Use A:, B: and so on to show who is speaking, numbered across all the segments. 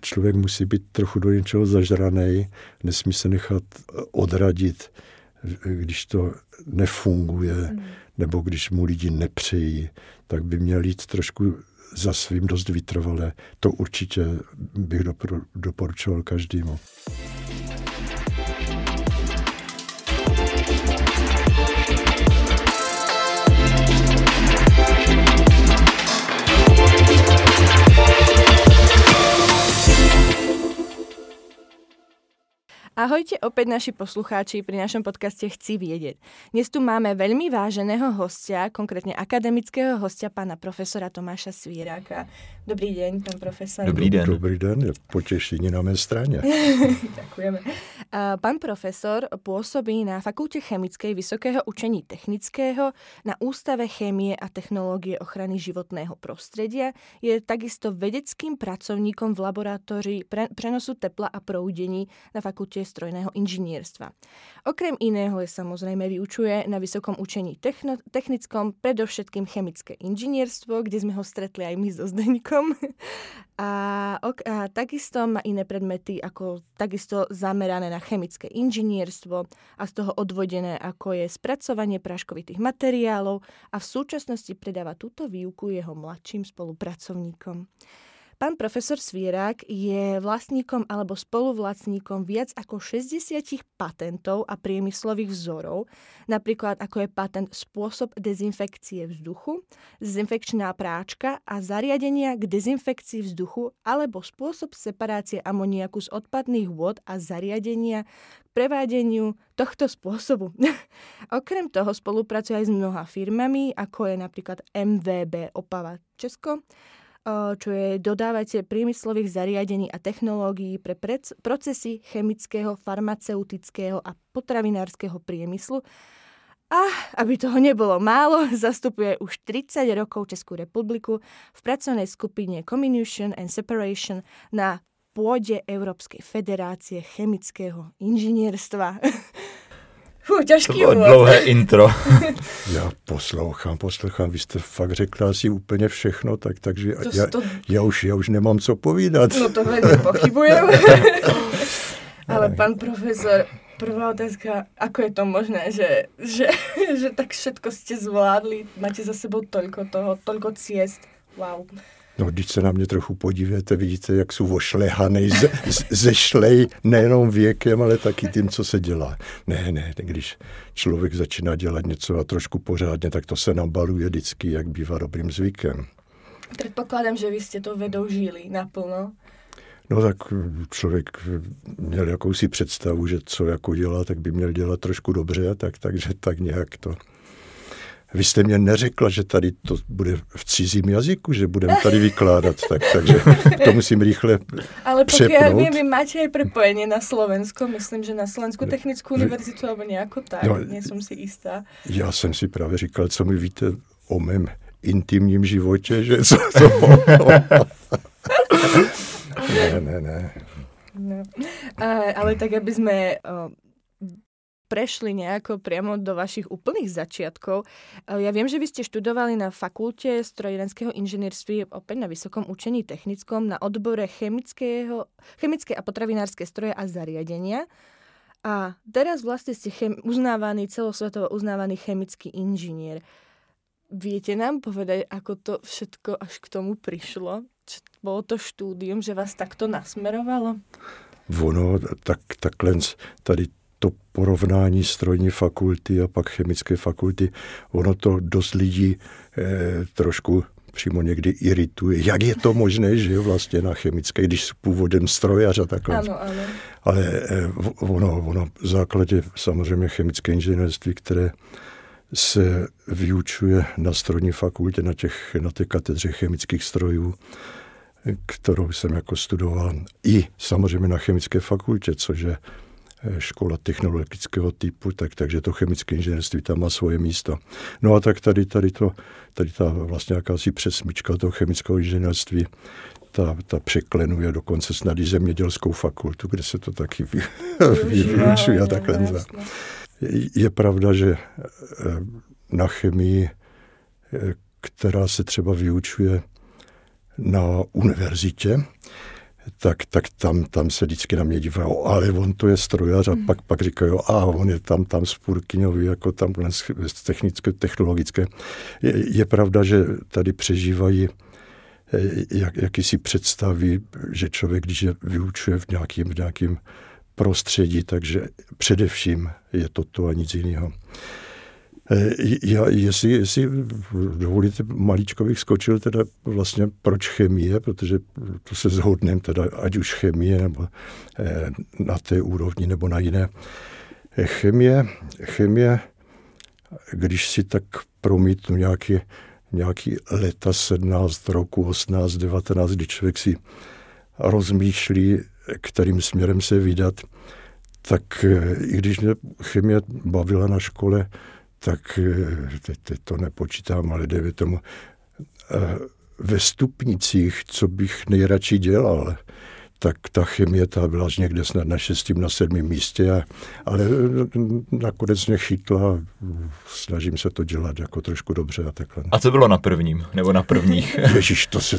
A: člověk musí být trochu do něčeho zažranej, nesmí se nechat odradit, když to nefunguje, nebo když mu lidi nepřejí, tak by měl jít trošku za svým dost vytrvalé. To určitě bych doporučoval každému.
B: Ahojte opäť naši poslucháči pri našom podcaste Chci vedieť. Dnes tu máme veľmi váženého hostia, konkrétne akademického hostia, pána profesora Tomáša Svíráka. Dobrý deň, pán profesor.
C: Dobrý den.
A: Dobrý den, je potešení na mé straně.
B: Ďakujeme. Pán profesor pôsobí na Fakulte chemickej Vysokého učení technického, na Ústave chémie a technológie ochrany životného prostredia. Je takisto vedeckým pracovníkom v laboratórii prenosu tepla a proudení na Fakulte strojného inžinierstva. Okrem iného je samozrejme vyučuje na Vysokom učení technickom, predovšetkým chemické inžinierstvo, kde sme ho stretli aj my so Zdeňkom. A takisto má iné predmety ako takisto zamerané na chemické inžinierstvo a z toho odvodené ako je spracovanie práškovitých materiálov a v súčasnosti predáva túto výuku jeho mladším spolupracovníkom. Pán profesor Svírák je vlastníkom alebo spoluvlastníkom viac ako 60 patentov a priemyslových vzorov, napríklad ako je patent spôsob dezinfekcie vzduchu, dezinfekčná práčka a zariadenia k dezinfekcii vzduchu alebo spôsob separácie amoniaku z odpadných vôd a zariadenia k prevádeniu tohto spôsobu. Okrem toho spolupracuje aj s mnoha firmami, ako je napríklad MVB Opava Česko, čo je dodávateľ priemyslových zariadení a technológií pre procesy chemického, farmaceutického a potravinárskeho priemyslu. A aby toho nebolo málo, zastupuje už 30 rokov Českú republiku v pracovnej skupine Comminution and Separation na pôde Európskej federácie chemického inžinierstva. Těžký
C: to bylo dlouhé intro.
A: Já poslouchám. Vy jste fakt řekla asi úplně všechno, takže já už nemám co povídat.
B: No to veľmi pochybujem. Ale pán profesor, prvá otázka, ako je to možné, že tak všetko ste zvládli, máte za sebou toľko ciest. Wow.
A: No, když se na mě trochu podíváte, vidíte, jak jsou ošlehanej, zešlej nejenom věkem, ale taky tím, co se dělá. Ne, když člověk začíná dělat něco a trošku pořádně, tak to se nabaluje vždycky, jak bývá dobrým zvykem.
B: Předpokládám, že vy jste to vedou žili naplno.
A: No tak člověk měl jakousi představu, že co jako dělá, tak by měl dělat trošku dobře, takže tak nějak to... Vy jste mě neřekla, že tady to bude v cizím jazyku, že budeme tady vykládat, takže to musím rychle
B: ale
A: přepnout.
B: Ale pokiaľ vy máte aj prepojenie na Slovensko, myslím, že na Slovensku technickou univerzitu alebo nejako tak, nie som si istá.
A: Já jsem si právě říkal, co mi víte o mém intimním životě, že co Ne.
B: No. Ale tak, aby sme... prešli nejako priamo do vašich úplných začiatkov. Ja viem, že vy ste študovali na Fakulte strojírenského inžinierstva, opäť na Vysokom učení technickom, na odbore chemické a potravinárske stroje a zariadenia. A teraz vlastne ste celosvetovo uznávaný chemický inžinier. Viete nám povedať, ako to všetko až k tomu prišlo? Bolo to štúdium, že vás takto nasmerovalo?
A: Ono, takhle tady to porovnání strojní fakulty a pak chemické fakulty, ono to dost lidí trošku přímo někdy irituje. Jak je to možné, že je vlastně na chemické, když s původem strojař a takhle.
B: Ano.
A: Ale ono v základě samozřejmě chemické inženýrství, které se vyučuje na strojní fakultě, na té katedře chemických strojů, kterou jsem jako studoval, i samozřejmě na chemické fakultě, což je škola technologického typu, takže to chemické inženýrství tam má svoje místo. No a tak tady ta vlastně jakási přesmička toho chemického inženýrství, ta překlenuje dokonce snad i zemědělskou fakultu, kde se to taky vyučuje a takhle. Je pravda, že na chemii, která se třeba vyučuje na univerzitě, tak tam se vždycky na mě dívají, ale on to je strojař a pak říkají, on je tam z Purkyňovy, jako tam technické, technologické. Je pravda, že tady přežívají jakýsi představí, že člověk, když je vyučuje v nějakým prostředí, takže především je to a nic jiného. Jestli dovolíte, maličko bych skočil teda vlastně proč chemie, protože to se shodneme teda, ať už chemie nebo na té úrovni nebo na jiné. Chemie, když si tak promítnu nějaký leta 17 roku, 18, 19, kdy člověk si rozmýšlí, kterým směrem se vydat, tak i když mě chemie bavila na škole, tak teď to nepočítám, ale jde tomu. Ve stupnicích, co bych nejradši dělal, tak ta chemie ta byla někde snad na 6., na 7. místě, ale nakonec mě chytla, snažím se to dělat jako trošku dobře a takhle.
C: A co bylo na prvním, nebo na prvních?
A: Ježiš, to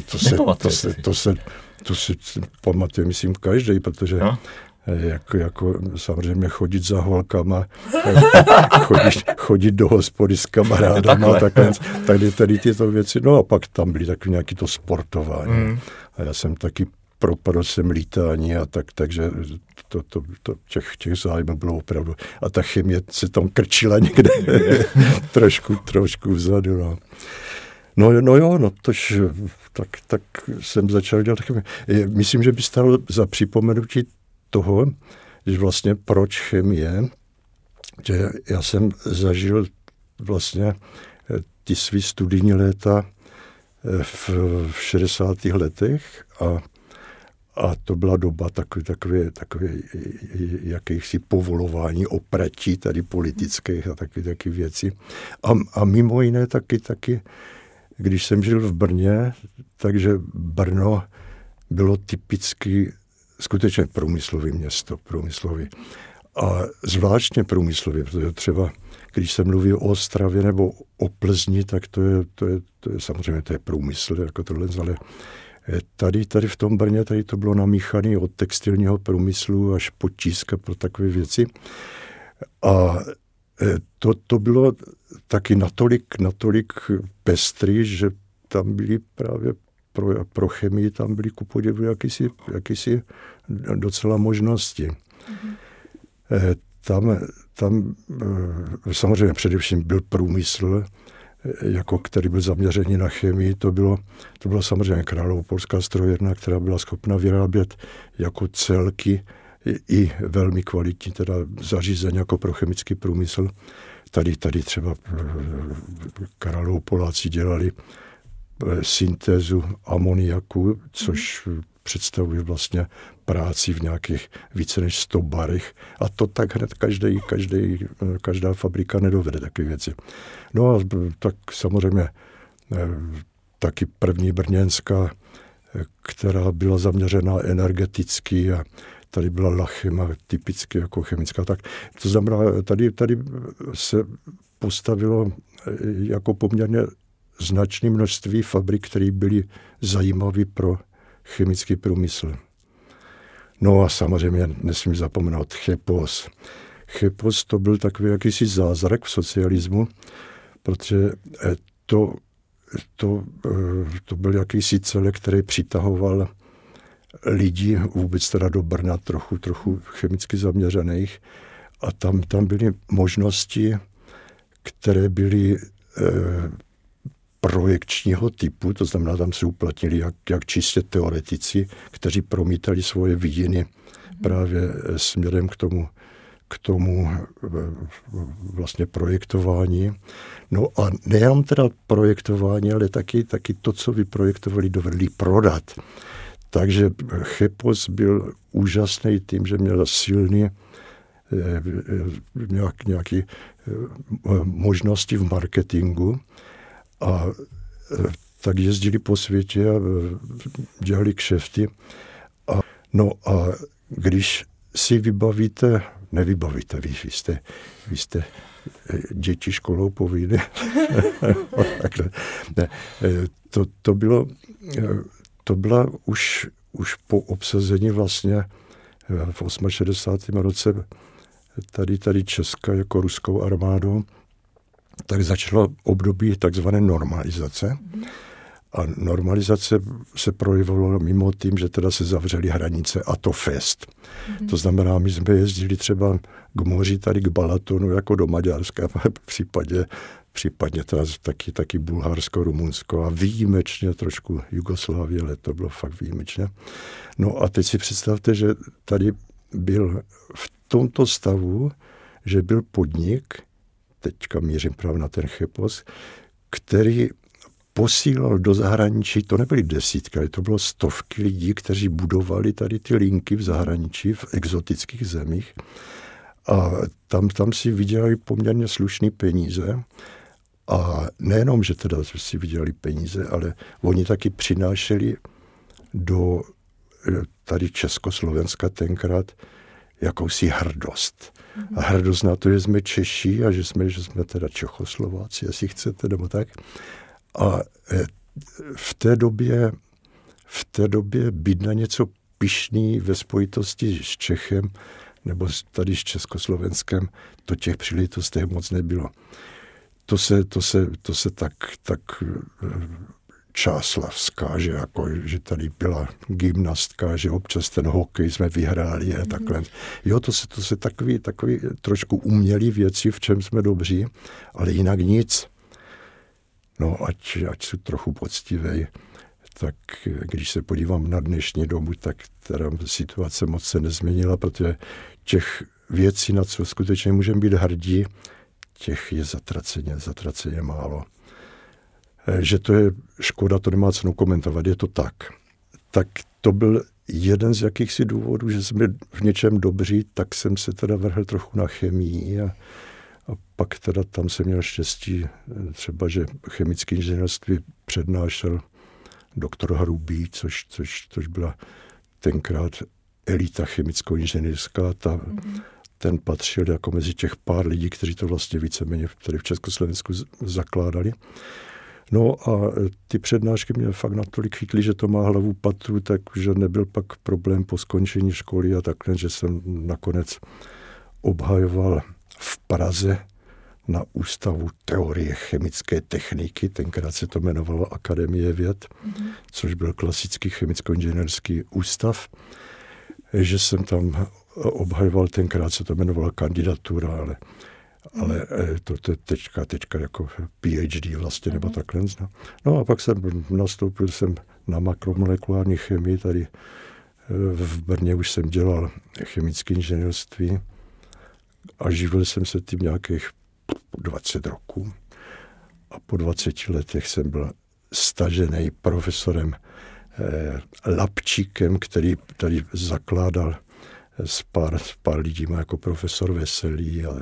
A: se pamatuje, myslím, každý, protože no? Jako samozřejmě chodit za holkama, chodit do hospody s kamarádama, tady tyto věci. No a pak tam byly taky nějaký to sportování. A já jsem taky propadl jsem lítání a takže těch zájmů bylo opravdu. A ta chemie se tam krčila někde trošku vzadu. Tak jsem začal dělat chemii. Myslím, že by stalo za připomenutí toho, že vlastně proč chemie, že já jsem zažil vlastně ty svý studijní léta v 60. letech a to byla doba takové jakýchsi povolování opratí tady politických a takové věci. A mimo jiné taky, když jsem žil v Brně, takže Brno bylo typicky skutečně průmyslové město, průmyslový. A zvláštně průmyslový, protože třeba, když se mluví o Ostravě nebo o Plzni, tak to je samozřejmě to je průmysl, jako tohle, ale tady v tom Brně, tady to bylo namíchané od textilního průmyslu až po tíska pro takové věci. A to bylo taky natolik pestrý, že tam byly právě pro chemii tam byly ku podivu jakýsi docela možnosti. Tam samozřejmě především byl průmysl, který byl zaměřený na chemii. To byla samozřejmě Královopolská strojírna, která byla schopna vyrábět jako celky i velmi kvalitní teda zařízení jako pro chemický průmysl. Tady třeba Královopoláci dělali syntézu amoniaku, což představuje vlastně práci v nějakých více než 100 barech. A to tak hned každá fabrika nedovede takové věci. No a tak samozřejmě taky první brněnská, která byla zaměřená energeticky a tady byla Lachema typicky jako chemická. Tak to znamená, tady se postavilo jako poměrně značné množství fabrik, které byly zajímavé pro chemický průmysl. No a samozřejmě nesmím zapomenout Chepos. Chepos to byl takový jakýsi zázrak v socialismu, protože to byl jakýsi celek, který přitahoval lidi vůbec teda do Brna trochu chemicky zaměřených a tam byly možnosti, které byly projekčního typu, to znamená, tam se uplatnili jak čistě teoretici, kteří promítali svoje vidiny právě směrem k tomu vlastně projektování. No a nejenom teda projektování, ale taky to, co vyprojektovali, dovedli prodat. Takže Chepos byl úžasný tím, že měl silný nějaké možnosti v marketingu a tak jezdili po světě a dělali kšefty. A když si nevybavíte, vy jste děti školou povinny. To byla už po obsazení vlastně v 68. roce tady Česka jako ruskou armádou, tak začalo období takzvané normalizace. A normalizace se projevovala mimo tím, že teda se zavřely hranice a to fest. To znamená, my jsme jezdili třeba k moři, tady k Balatonu, jako do Maďarska, případně teda taky Bulharsko, Rumunsko a výjimečně trošku Jugoslávie, ale to bylo fakt výjimečně. No a teď si představte, že tady byl v tomto stavu, že byl podnik, teďka mířím právě na ten Chepos, který posílal do zahraničí, to nebyly desítky, ale to bylo stovky lidí, kteří budovali tady ty linky v zahraničí, v exotických zemích. A tam si vydělali poměrně slušný peníze. A nejenom, že teda si vydělali peníze, ale oni taky přinášeli do tady Československa tenkrát jakousi hrdost. A hrdost na to, že jsme Češi a že jsme teda Čechoslováci, jestli chcete, nebo tak. A v té době být na něco pyšný ve spojitosti s Čechem nebo tady s Československem, to těch příležitostech moc nebylo. To se tak Čáslavská, že tady byla gymnastka, že občas ten hokej jsme vyhráli a takhle. Jo, to se takový trošku umělý věci, v čem jsme dobří, ale jinak nic. No, ať jsou trochu poctivej, tak když se podívám na dnešní dobu, tak teda situace moc se nezměnila, protože těch věcí, na co skutečně můžeme být hrdí, těch je zatraceně málo. Že to je škoda, to nemá cenu komentovat, je to tak. Tak to byl jeden z jakýchsi důvodů, že jsme v něčem dobří, tak jsem se teda vrhl trochu na chemii a pak teda tam jsem měl štěstí, třeba, že chemické inženýrství přednášel doktor Hrubý, což byla tenkrát elita chemicko-inženýrská. Ten patřil jako mezi těch pár lidí, kteří to vlastně víceméně tady v Československu zakládali. No a ty přednášky mě fakt natolik chytly, že to má hlavu patu, takže nebyl pak problém po skončení školy a takhle, že jsem nakonec obhajoval v Praze na Ústavu teorie chemické techniky, tenkrát se to jmenovalo Akademie věd, což byl klasický chemicko-inženýrský ústav, že jsem tam obhajoval, tenkrát se to jmenovalo kandidatura, ale to je teďka jako PhD vlastně, nebo takhle. No a pak nastoupil jsem na makromolekulární chemii, tady v Brně už jsem dělal chemické inženýrství a živil jsem se tím nějakých 20 roků. A po 20 letech jsem byl stažený profesorem Lapčíkem, který tady zakládal s pár lidí, jako profesor Veselý a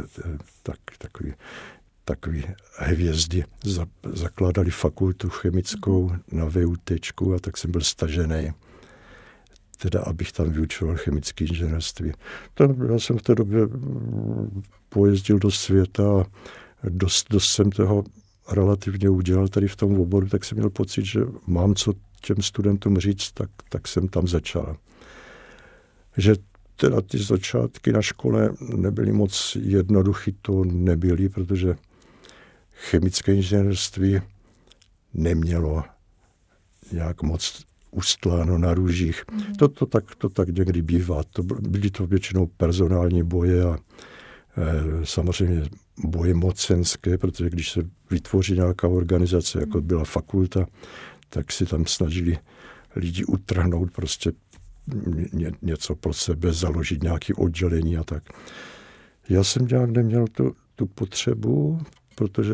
A: takový hvězdy. Zakládali fakultu chemickou na VUTčku a tak jsem byl stažený, teda abych tam vyučoval chemické inženýrství. Já jsem v té době pojezdil do světa a dost jsem toho relativně udělal tady v tom oboru, tak jsem měl pocit, že mám co těm studentům říct, tak jsem tam začal. Že teda ty začátky na škole nebyly moc jednoduchý, to nebyly, protože chemické inženýrství nemělo nějak moc ustláno na růžích. To tak někdy bývá. Byly to většinou personální boje a samozřejmě boje mocenské, protože když se vytvoří nějaká organizace, jako byla fakulta, tak si tam snažili lidi utrhnout prostě něco pro sebe, založit nějaké oddělení a tak. Já jsem nějak neměl tu potřebu, protože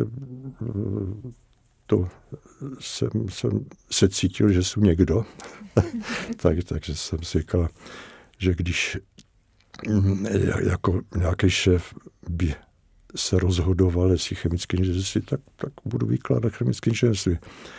A: to jsem se cítil, že jsem někdo. Takže jsem si říkal, že když jako nějaký šéf by se rozhodoval, jestli chemické inženýrství, tak budu vykládat chemické inženýrství.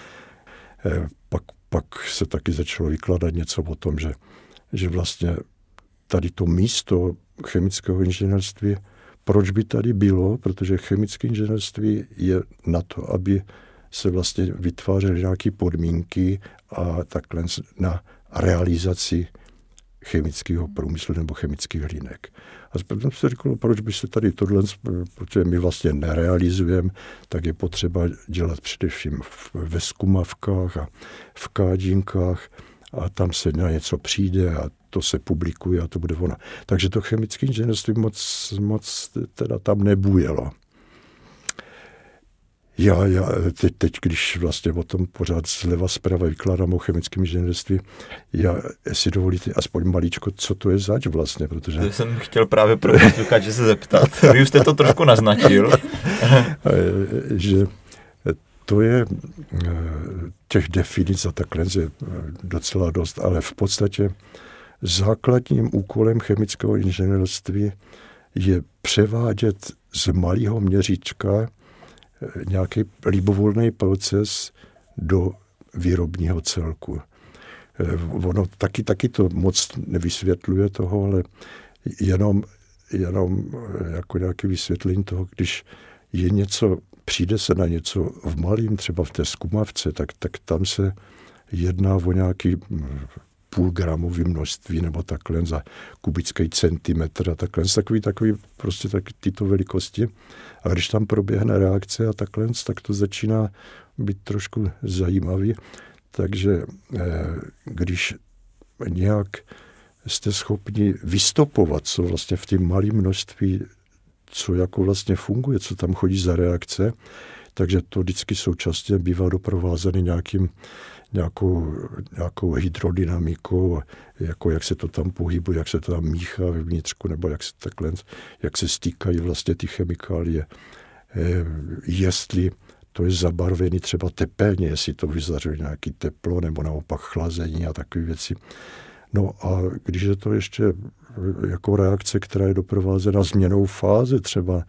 A: Pak se taky začalo vykládat něco o tom, že vlastně tady to místo chemického inženýrství, proč by tady bylo, protože chemické inženýrství je na to, aby se vlastně vytvářely nějaké podmínky a takhle realizaci chemického průmyslu nebo chemických hlinek. A potom se řekl, proč by se tady tohle, protože my vlastně nerealizujeme, tak je potřeba dělat především ve zkumavkách a v kádínkách a tam se na něco přijde a to se publikuje a to bude ono. Takže to chemické inženýrství moc teda tam nebujelo. Já teď, když vlastně o tom pořád zleva zprava vykládám o chemickém inženýrství, jestli dovolíte aspoň maličko, co to je zač vlastně, protože...
C: To jsem chtěl právě pro posluchače se zeptat. Vy už jste to trošku naznačil.
A: Že to je těch definic a takhle je docela dost, ale v podstatě základním úkolem chemického inženýrství je převádět z malého měříčka nějaký libovolný proces do výrobního celku. Ono taky to moc nevysvětluje toho, ale jenom jako nějaké vysvětlení toho, když je něco, přijde se na něco v malým, třeba v té zkumavce, tak tam se jedná o nějaký půlgramový množství nebo takhle za kubický centimetr a takhle, takový prostě tyto velikosti. A když tam proběhne reakce a takhle, tak to začíná být trošku zajímavý. Takže když nějak jste schopni vystopovat, co vlastně v tím malém množství, co jako vlastně funguje, co tam chodí za reakce, takže to vždycky současně bývá doprovázený nějakou hydrodynamikou, jako jak se to tam pohybuje, jak se to tam míchá vevnitřku, nebo jak se stýkají vlastně ty chemikálie. Jestli to je zabarvený třeba tepelně, jestli to vyzařuje nějaký teplo, nebo naopak chlazení a takové věci. No a když je to ještě jako reakce, která je doprovázena změnou fáze třeba,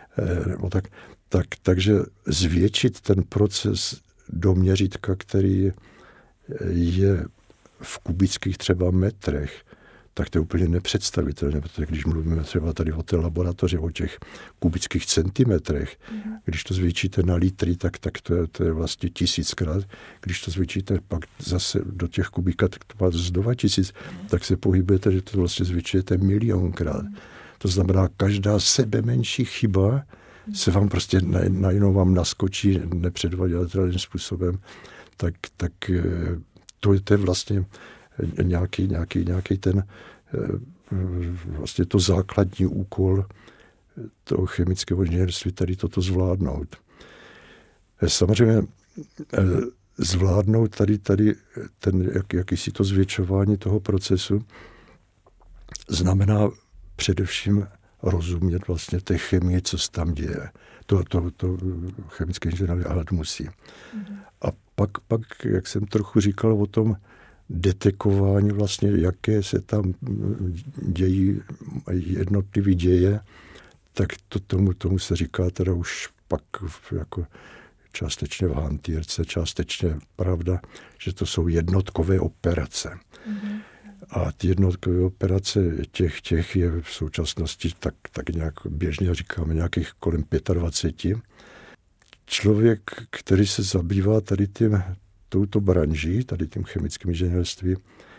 A: takže zvětšit ten proces do měřítka, který je v kubických třeba metrech, tak to je úplně nepředstavitelné, protože když mluvíme třeba tady o té laboratoři, o těch kubických centimetrech, když to zvětšíte na litry, tak to je vlastně 1000krát. Když to zvětšíte pak zase do těch kubíka, tak to má z 2000, tak se pohybujete, že to vlastně zvětšujete 1 milionkrát. To znamená, každá sebemenší chyba se vám prostě najednou vám naskočí nepředvídatelným způsobem, tak to je vlastně nějaký ten vlastně to základní úkol toho chemického inženýrství, tady toto zvládnout. Samozřejmě zvládnout tady ten jakýsi to zvětšování toho procesu znamená především rozumět vlastně té chemii, co se tam děje. To chemické inženýrství ale musí. A pak, jak jsem trochu říkal o tom detekování vlastně, jaké se tam dějí jednotlivý děje, tak tomu se říká teda už pak jako částečně v hantýrce, částečně pravda, že to jsou jednotkové operace. A ty jednotkové operace těch je v současnosti tak nějak běžně říkáme nějakých kolem 25. Člověk, který se zabývá tady touto branží, tady tím chemickým inženýrství,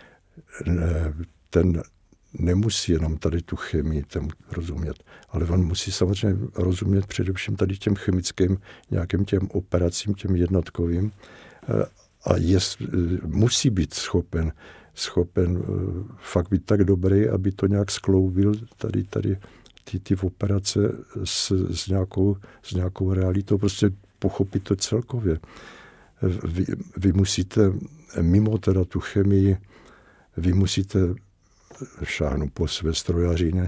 A: ten nemusí jenom tady tu chemii rozumět, ale on musí samozřejmě rozumět především tady těm chemickým nějakým těm operacím, těm jednotkovým a musí být schopen fakt být tak dobrý, aby to nějak skloubil tady ty operace s nějakou realitou, prostě pochopit to celkově. Vy musíte, mimo teda tu chemii, vy musíte šáhnout po své strojařině.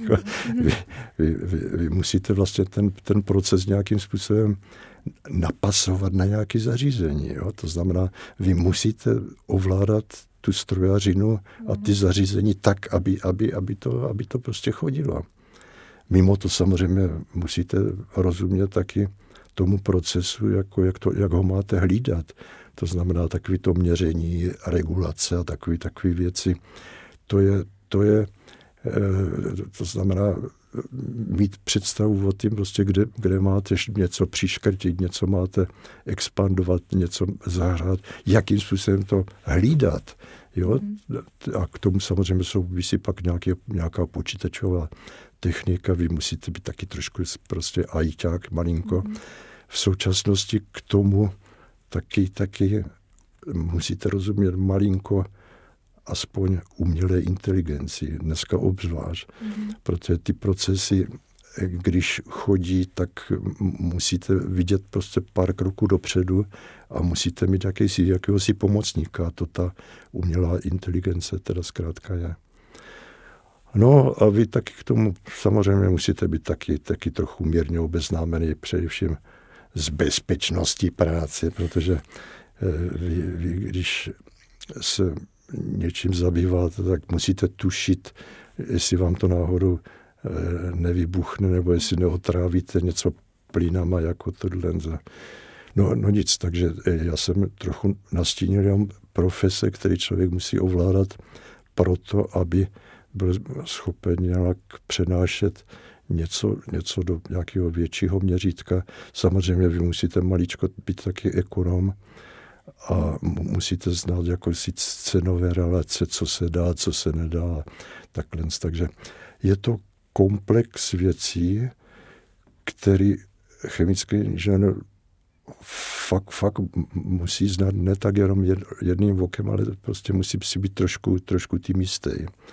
A: Vy musíte vlastně ten proces nějakým způsobem napasovat na nějaké zařízení. Jo? To znamená, vy musíte ovládat tu strojařinu a ty zařízení tak, aby to prostě chodilo. Mimo to samozřejmě musíte rozumět taky tomu procesu, jak ho máte hlídat. To znamená takové to měření, regulace a takové věci. To znamená, mít představu o tím, prostě, kde máte něco přiškrtit, něco máte expandovat, něco zahrát, jakým způsobem to hlídat. Jo? A k tomu samozřejmě souvisí pak nějaká počítačová technika, vy musíte být taky trošku prostě ajťák malinko. V současnosti k tomu taky musíte rozumět malinko aspoň umělé inteligenci, dneska obzvlášť, protože ty procesy, když chodí, tak musíte vidět prostě pár kroků dopředu a musíte mít jakéhosi pomocníka, to ta umělá inteligence teda zkrátka je. No a vy taky k tomu samozřejmě musíte být taky trochu mírně obeznámený, především z bezpečností práce, protože vy když se něčím zabýváte, tak musíte tušit, jestli vám to náhodou nevybuchne, nebo jestli neotrávíte něco plynama jako tohle. No nic, takže já jsem trochu nastínil jenom profese, který člověk musí ovládat proto, aby byl schopen nějak přenášet něco do nějakého většího měřítka. Samozřejmě vy musíte maličko být taky ekonom a musíte znát jako si cenové relace, co se dá, co se nedá. Takhle. Takže je to komplex věcí, který chemický inženýr fakt musí znát ne tak jenom jedným okem, ale prostě musí si být trošku tím jistý.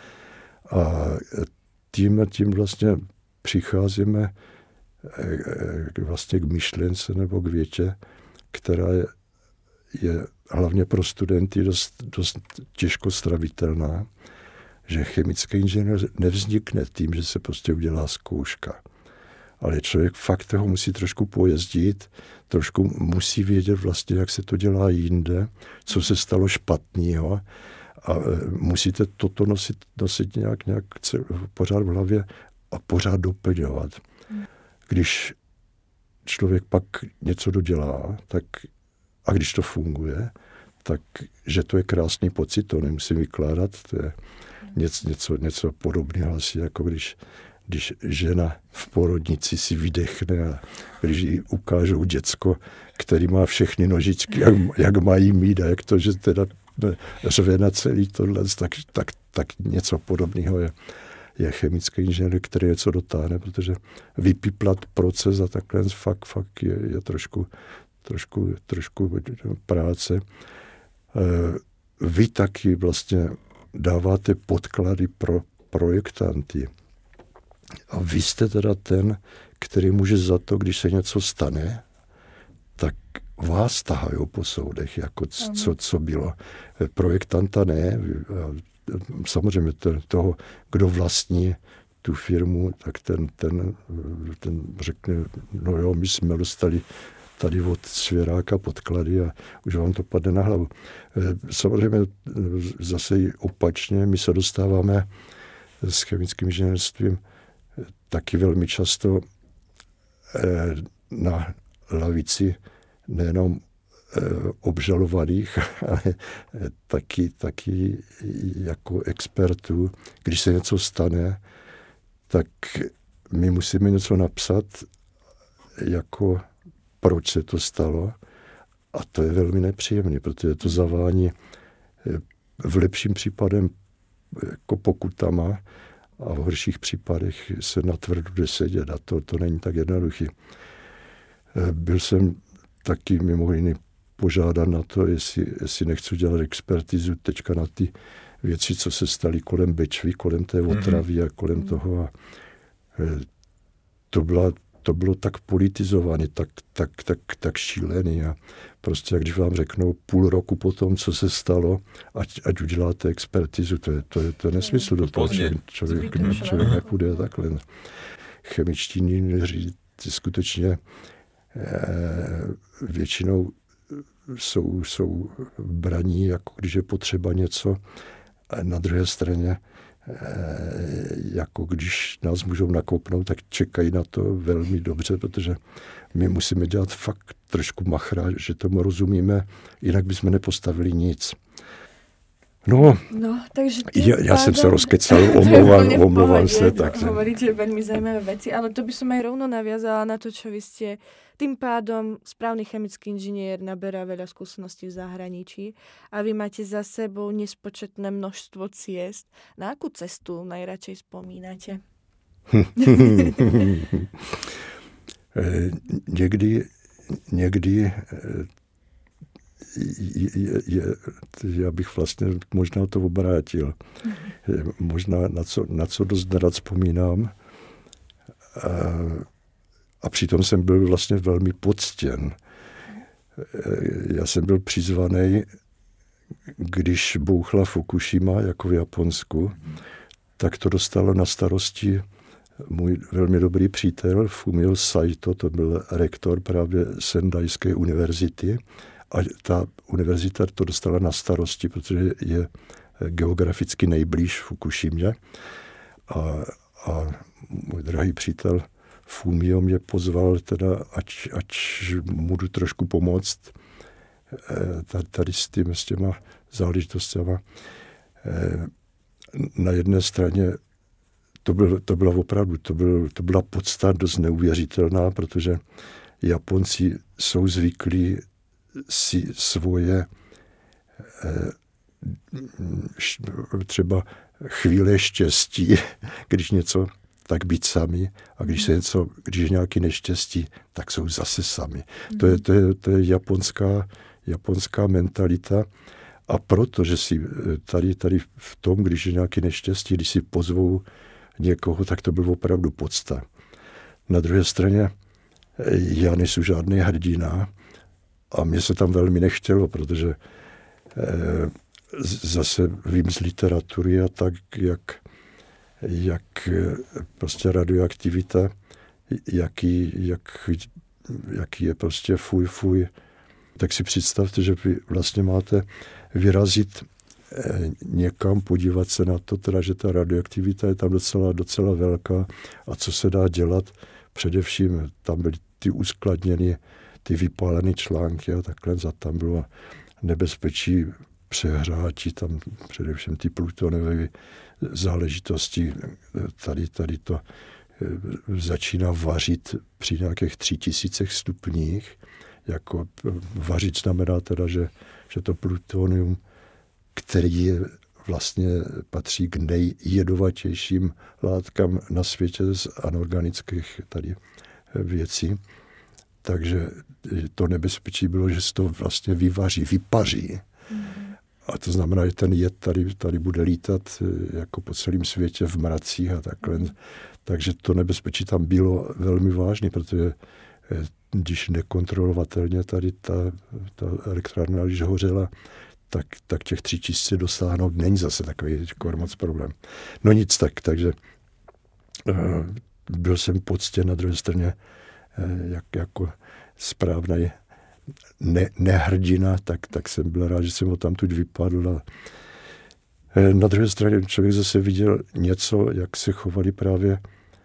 A: A tím vlastně přicházíme vlastně k myšlence nebo k větě, která je hlavně pro studenty dost těžko stravitelná, že chemický inženýr nevznikne tím, že se prostě udělá zkouška. Ale člověk fakt toho musí trošku pojezdit, trošku musí vědět vlastně, jak se to dělá jinde, co se stalo špatného a musíte toto nosit nějak pořád v hlavě a pořád doplňovat. Když člověk pak něco dodělá, tak a když to funguje, tak že to je krásný pocit, to nemusím vykládat, to je něco podobného asi, jako když žena v porodnici si vydechne a když jí ukážou děcko, který má všechny nožičky, jak mají mít a jak to, že teda řve na celý tohle, tak něco podobného je chemický inženýr, který něco dotáhne, protože vypiplat proces a takhle fakt je trošku práce. Vy taky vlastně dáváte podklady pro projektanty. A vy jste teda ten, který může za to, když se něco stane, tak vás tahají po soudech, jako co bylo. Projektanta ne. Samozřejmě toho, kdo vlastní tu firmu, tak ten řekne, no jo, my jsme dostali tady od svěráka podklady a už vám to padne na hlavu. Samozřejmě zase opačně, my se dostáváme s chemickým inženýrstvím taky velmi často na lavici nejenom obžalovaných, ale taky jako expertů. Když se něco stane, tak my musíme něco napsat, jako proč se to stalo. A to je velmi nepříjemné, protože to zavání v lepším případem jako pokutama a v horších případech se natvrdo jde sedět a to není tak jednoduchý. Byl jsem taky mimo jiný požádán na to, jestli nechci dělat expertizu teďka na ty věci, co se staly kolem Bečvy, kolem té otravy a kolem toho. A to bylo tak politizované, tak šílený. A prostě, když vám řeknou půl roku potom, co se stalo, ať uděláte expertizu, to je nesmysl. Do toho člověk nepůjde takhle. Chemičtí inženýři skutečně většinou jsou braní, jako když je potřeba něco. A na druhé straně, jako když nás můžou nakopnout, tak čekají na to velmi dobře, protože my musíme dělat fakt trošku machra, že tomu rozumíme, jinak bychom nepostavili nic. No,
B: takže
A: ja som sa rozkecal, omlouvám sa.
B: Hovoríte veľmi zaujímavé veci, ale to by som aj rovno naviazala na to, čo vy ste. Tým pádom správny chemický inžinier naberá veľa skúseností v zahraničí a vy máte za sebou nespočetné množstvo ciest. Na akú cestu najradšej spomínate?
A: Někdy já bych vlastně možná to obrátil. Možná na co dost nerad vzpomínám. A přitom jsem byl vlastně velmi poctěn. Já jsem byl přizvaný, když bouchla Fukushima, jako v Japonsku, tak to dostalo na starosti můj velmi dobrý přítel Fumio Saito, to byl rektor právě Sendaiské univerzity. A ta univerzita to dostala na starosti, protože je geograficky nejblíž Fukushimě. A můj drahý přítel Fumio mě pozval, teda, ať mu jdu trošku pomoct tady s těma záležitostmi. Na jedné straně to byla opravdu, to byla podsta dost neuvěřitelná, protože Japonci jsou zvyklí si svoje třeba chvíle štěstí, když něco, tak být sami, a když je nějaký neštěstí, tak jsou zase sami. To je japonská mentalita. A protože si tady v tom, když je nějaký neštěstí, když si pozvou někoho, tak to byl opravdu podsta. Na druhé straně já nejsem žádný hrdina a mně se tam velmi nechtělo, protože zase vím z literatury a tak, jak prostě radioaktivita, jaký je prostě fuj, tak si představte, že vy vlastně máte vyrazit někam, podívat se na to, teda, že ta radioaktivita je tam docela velká a co se dá dělat. Především tam byly ty uskladněny, ty vypálené články a takhle, a tam bylo nebezpečí přehrátí, tam především ty plutonové záležitosti. Tady to začíná vařit při nějakých 3000 stupních. Jako vařit znamená teda, že to plutonium, který je vlastně patří k nejjedovatějším látkám na světě z anorganických tady věcí. Takže to nebezpečí bylo, že se to vlastně vypaří. A to znamená, že ten jed tady bude lítat jako po celém světě v mracích a takhle. Takže to nebezpečí tam bylo velmi vážné, protože když nekontrolovatelně tady ta elektrárna, když hořela, tak těch 3000 dosáhnout není zase takový moc problém. No nic takže byl jsem poctěn, na druhé straně jako správný nehrdina, tak jsem byl rád, že jsem ho tamtud vypadl. A na druhé straně člověk zase viděl něco, jak se chovali právě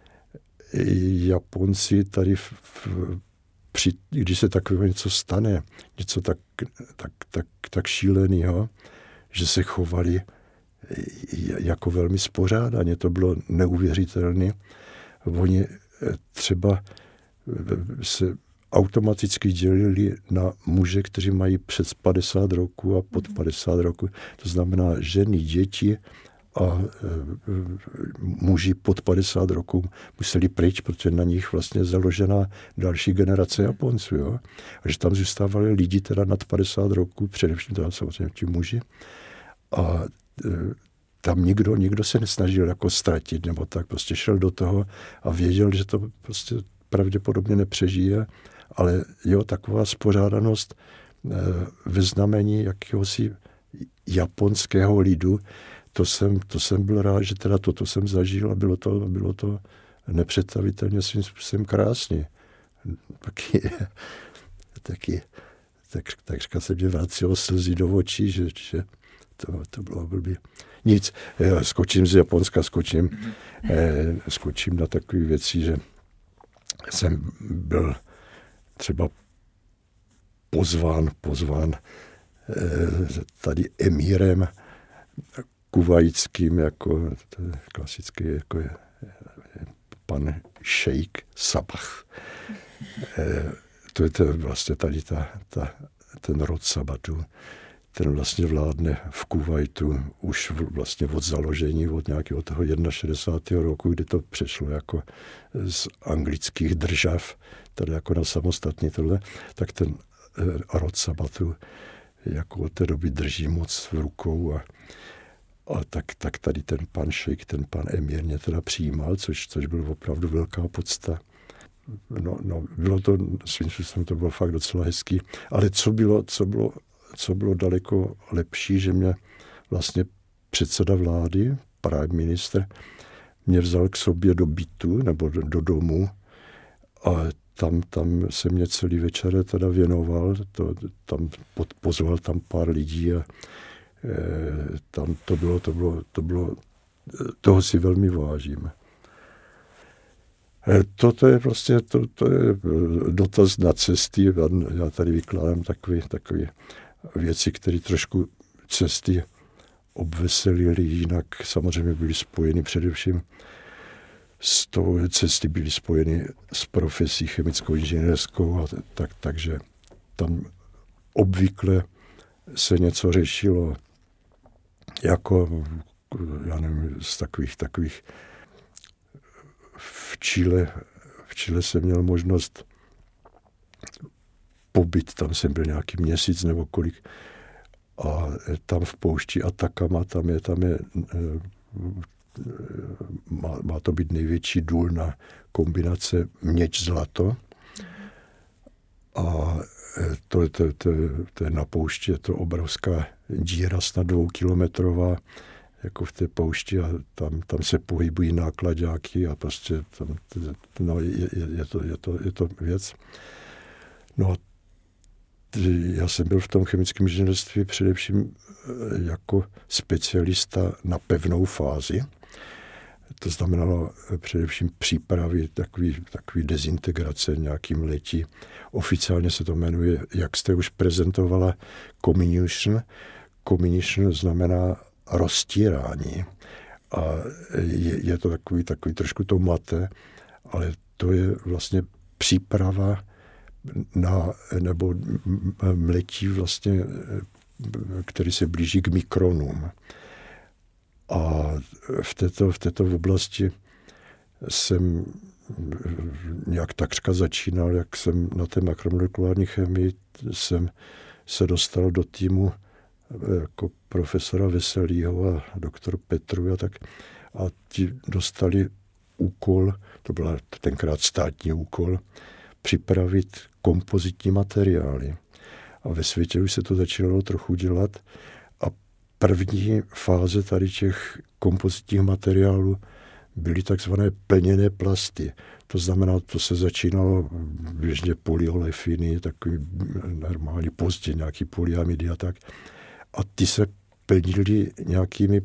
A: Japonci tady když se takové něco stane, něco tak šíleného, že se chovali jako velmi spořádaně. To bylo neuvěřitelné. Oni třeba se automaticky dělili na muže, kteří mají přes 50 roků a pod 50 roků. To znamená ženy, děti a muži pod 50 roků museli pryč, protože na nich vlastně založená další generace Japonců. Jo? A že tam zůstávali lidi teda nad 50 roků, především teda samozřejmě ti muži. A tam nikdo se nesnažil jako ztratit, nebo tak prostě šel do toho a věděl, že to prostě pravděpodobně nepřežije, ale jo, taková spořádanost ve znamení jakéhosi japonského lidu, to jsem byl rád, že teda toto jsem zažil a bylo to nepředstavitelně svým způsobem krásně. Taky takřka se mě vracelo slzy do očí, že to bylo blbý. Nic, skočím z Japonska, skočím na takové věci, že jsem byl třeba pozván tady emírem kuvajským, jako klasický, jako je pan šejk Sabah. To je vlastně tady ten rod Sabatu. Ten vlastně vládne v Kuvajtu už vlastně od založení, od nějakého toho 61. roku, kdy to přešlo jako z anglických držav, tady jako na samostatný tohle, tak ten rod Sabatu jako od té doby drží moc v rukou a tak tady ten pan šejk, ten pan emír mě teda přijímal, což byl opravdu velká podsta. No, bylo to, svým způsobem to bylo fakt docela hezký, ale co bylo daleko lepší, že mě vlastně předseda vlády, prime minister, mě vzal k sobě do bytu nebo do domu a tam se mě celý večer teda věnoval, pozval tam pár lidí a tam to bylo, toho si velmi vážím. Toto je prostě, to je dotaz na cesty. Já tady vykládám takové věci, které trošku cesty obveselily, jinak samozřejmě byly spojeny především s tou cesty byly spojeny s profesí chemickou inženýrskou, takže tam obvykle se něco řešilo jako, já nevím, z takových v Chile jsem měl možnost pobyt, tam jsem byl nějaký měsíc nebo kolik a tam v poušti Atacama, tam je má to být největší důl na kombinace měď-zlato a to je na poušti, je to obrovská díra, snad 2kilometrová, jako v té poušti a tam se pohybují nákladáky a prostě tam, no, je to věc. No já jsem byl v tom chemickém inženýrství především jako specialista na pevnou fázi. To znamenalo především přípravy takový dezintegrace nějakým letí. Oficiálně se to jmenuje, jak jste už prezentovala, comminution. Comminution znamená roztírání. A je to takový trošku to mate, ale to je vlastně příprava nebo mletí vlastně, který se blíží k mikronům. A v této oblasti jsem nějak takřka začínal, jak jsem na té makromolekulární chemii jsem se dostal do týmu jako profesora Veselýho a doktor Petru a ti dostali úkol, to byl tenkrát státní úkol, připravit kompozitní materiály. A ve světě už se to začínalo trochu dělat a první fáze tady těch kompozitních materiálů byly takzvané plněné plasty. To znamená, to se začínalo běžně polyolefiny, takový normální pozdě, nějaký polyamidy a tak. A ty se plnily nějakými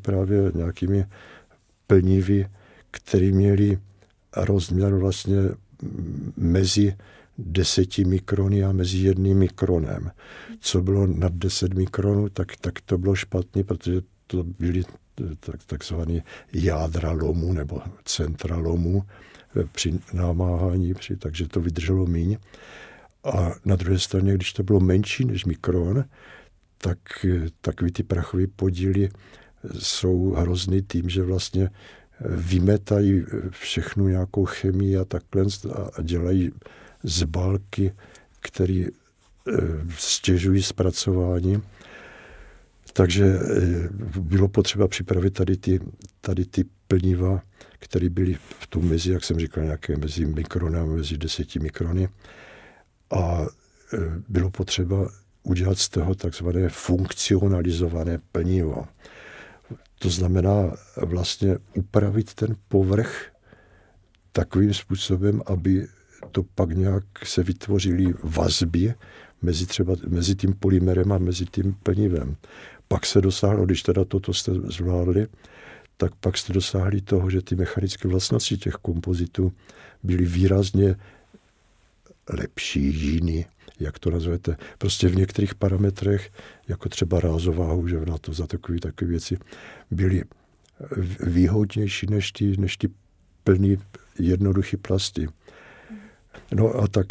A: plnivy, které měly rozměr vlastně mezi 10 mikrony a mezi 1 mikronem. Co bylo nad 10 mikronů, tak to bylo špatně, protože to byly takzvané jádra lomu nebo centra lomu při namáhání, takže to vydrželo míň. A na druhé straně, když to bylo menší než mikron, tak takový ty prachové podíly jsou hrozný tím, že vlastně vymetají všechnu nějakou chemii a takhle a dělají zbalky, které stěžují zpracování. Takže bylo potřeba připravit tady ty plniva, které byly v tom mezi, jak jsem říkal, nějaké mezi mikrony a mezi 10 mikrony. A bylo potřeba udělat z toho takzvané funkcionalizované plnivo. To znamená vlastně upravit ten povrch takovým způsobem, aby to pak nějak se vytvořily vazby mezi tím polymerem a mezi tím plnivem. Pak se dosáhlo, když teda toto jste zvládli, tak pak jste dosáhli toho, že ty mechanické vlastnosti těch kompozitů byly výrazně lepší, jiný, jak to nazvete. Prostě v některých parametrech, jako třeba rázová houževnatost to za takové věci, byly výhodnější než ty plný jednoduchý plasty. No a tak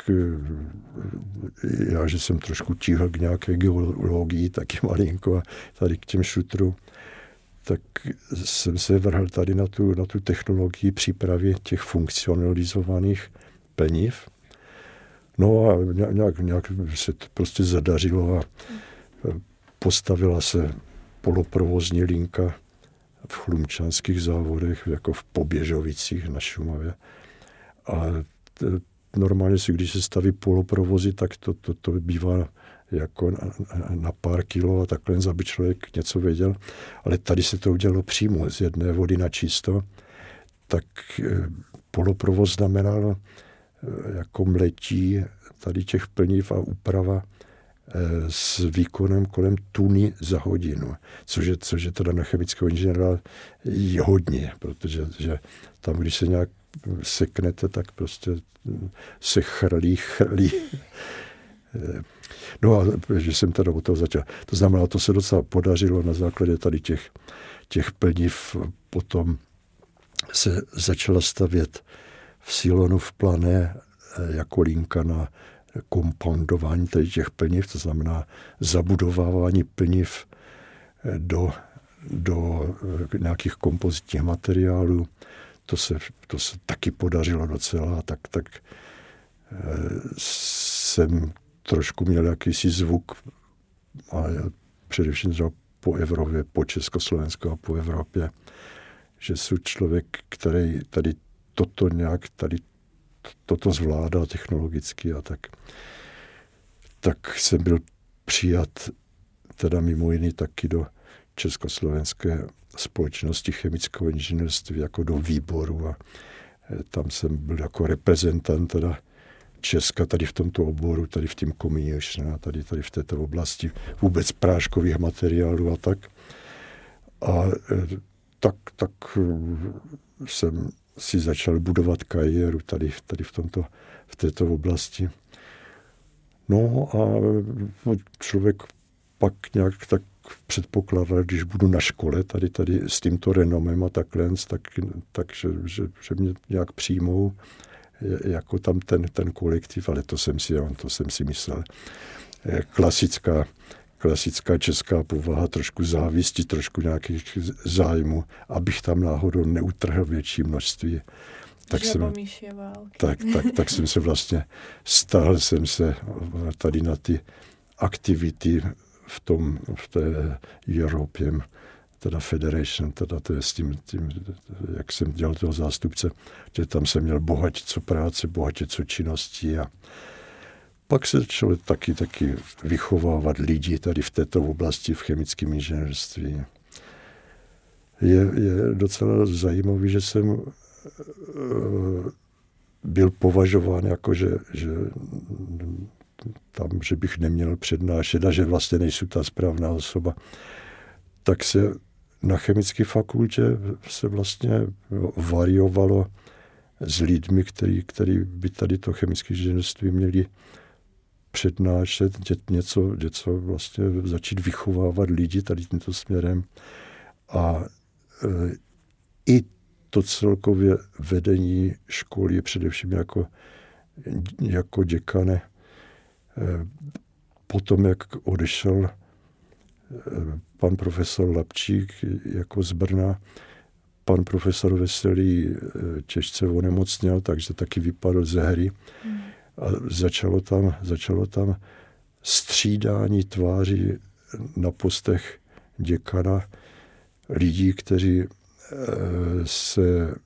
A: já, že jsem trošku tíhl k nějaké geologii, taky malinko a tady k těm šutrům, tak jsem se vrhl tady na tu technologii přípravy těch funkcionalizovaných plniv. No a nějak se to prostě zadařilo a postavila se poloprovozní linka v chlumčanských závodech, jako v Poběžovicích na Šumavě. A normálně si, když se staví poloprovozy, tak to bývá jako na pár kilo a takhle, aby člověk něco věděl. Ale tady se to udělalo přímo z jedné vody na čisto. Tak poloprovoz znamenal jako mletí tady těch plniv a úprava s výkonem kolem tuny za hodinu, což je teda na chemického inženýra je hodně, protože že tam, když se nějak seknete, tak prostě se chrlí. No a že jsem teda od toho začal. To znamená, to se docela podařilo na základě tady těch plniv. Potom se začala stavět v Silonu v Plané jako linka na kompoundování tady těch plniv, to znamená zabudovávání plniv do nějakých kompozitních materiálů. To se taky podařilo docela, tak jsem trošku měl jakýsi zvuk, ale především třeba po Evropě, po Československu a po Evropě, že jsem člověk, který tady toto zvládá technologicky a tak jsem byl přijat teda mimo jiný taky do Československé společnosti chemického inženýrství jako do výboru a tam jsem byl jako reprezentant teda Česka tady v tomto oboru, tady v tím communication, tady v této oblasti vůbec práškových materiálů a tak. A tak jsem si začal budovat kariéru tady v této oblasti. No a člověk pak nějak tak předpokládal, když budu na škole tady s tímto renomem a takhle, že mě nějak přijmou jako tam ten kolektiv, ale to jsem si myslel. Klasická česká povaha, trošku závisti, trošku nějakých zájmů, abych tam náhodou neutrhl větší množství. Tak jsem se vlastně stáhl jsem se tady na ty aktivity v té European teda Federation, teda to je s tím, jak jsem dělal toho zástupce, že tam jsem měl bohatě co práce, bohatě co činností a pak se začalo taky vychovávat lidi tady v této oblasti v chemickém inženýrství. Je docela zajímavý, že jsem byl považován jako, že bych neměl přednášet a že vlastně nejsou ta správná osoba. Tak se na chemické fakultě se vlastně variovalo s lidmi, který by tady to chemické inženýrství měli přednášet, něco vlastně začít vychovávat lidi tady tímto směrem. A i to celkově vedení školy, především jako děkane, potom, jak odešel pan profesor Lapčík jako z Brna, pan profesor Veselý těžce onemocněl, takže taky vypadl ze hry. A začalo tam střídání tváří na postech děkana lidí, kteří se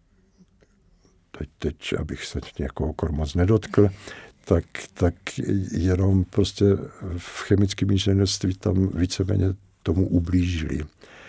A: teď abych se někoho moc nedotkl, tak jenom prostě v chemickém inženýrství tam víceméně tomu ublížili.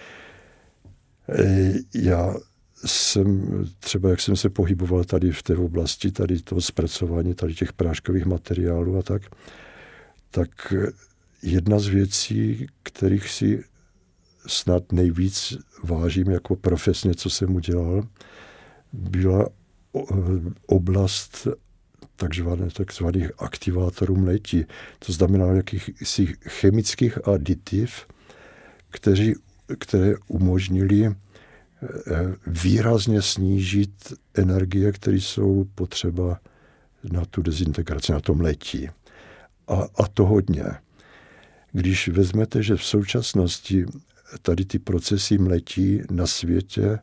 A: Já jsem třeba, jak jsem se pohyboval tady v té oblasti, tady toho zpracování, tady těch práškových materiálů a tak jedna z věcí, kterých si snad nejvíc vážím jako profesně, co jsem udělal, byla oblast takzvaných aktivátorů mlétí. To znamená jakýchsi chemických aditiv, které umožnili výrazně snížit energie, které jsou potřeba na tu dezintegraci, na to mlétí. A to hodně. Když vezmete, že v současnosti tady ty procesy mlétí na světě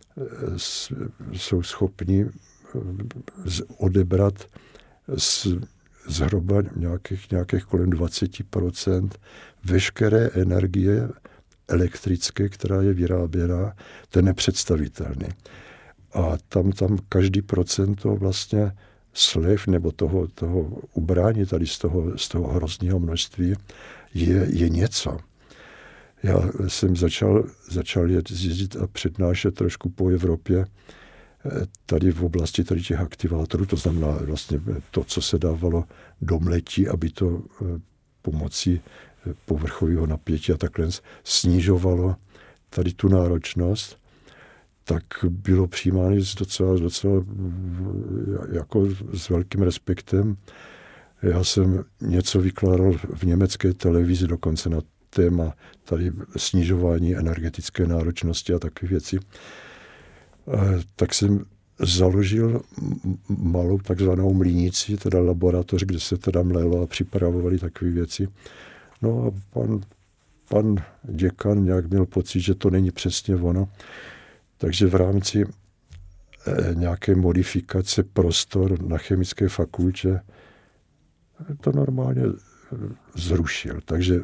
A: jsou schopni odebrat zhruba nějakých kolem 20% veškeré energie elektrické, která je vyráběna, to je nepředstavitelný. A tam každý procento vlastně slev nebo toho ubrání tady z toho hrozného množství je něco. Já jsem začal jezdit a přednášet trošku po Evropě tady v oblasti tady těch aktivátorů, to znamená vlastně to, co se dávalo do mlétí, aby to pomocí povrchového napětí a takhle snižovalo tady tu náročnost, tak bylo přijímáno docela jako s velkým respektem. Já jsem něco vykládal v německé televizi dokonce na téma tady snižování energetické náročnosti a takové věci. Tak jsem založil malou takzvanou mlýnici, teda laboratoř, kde se teda mlélo a připravovali takové věci. No a pan děkan nějak měl pocit, že to není přesně ono. Takže v rámci nějaké modifikace prostor na chemické fakultě to normálně zrušil. Takže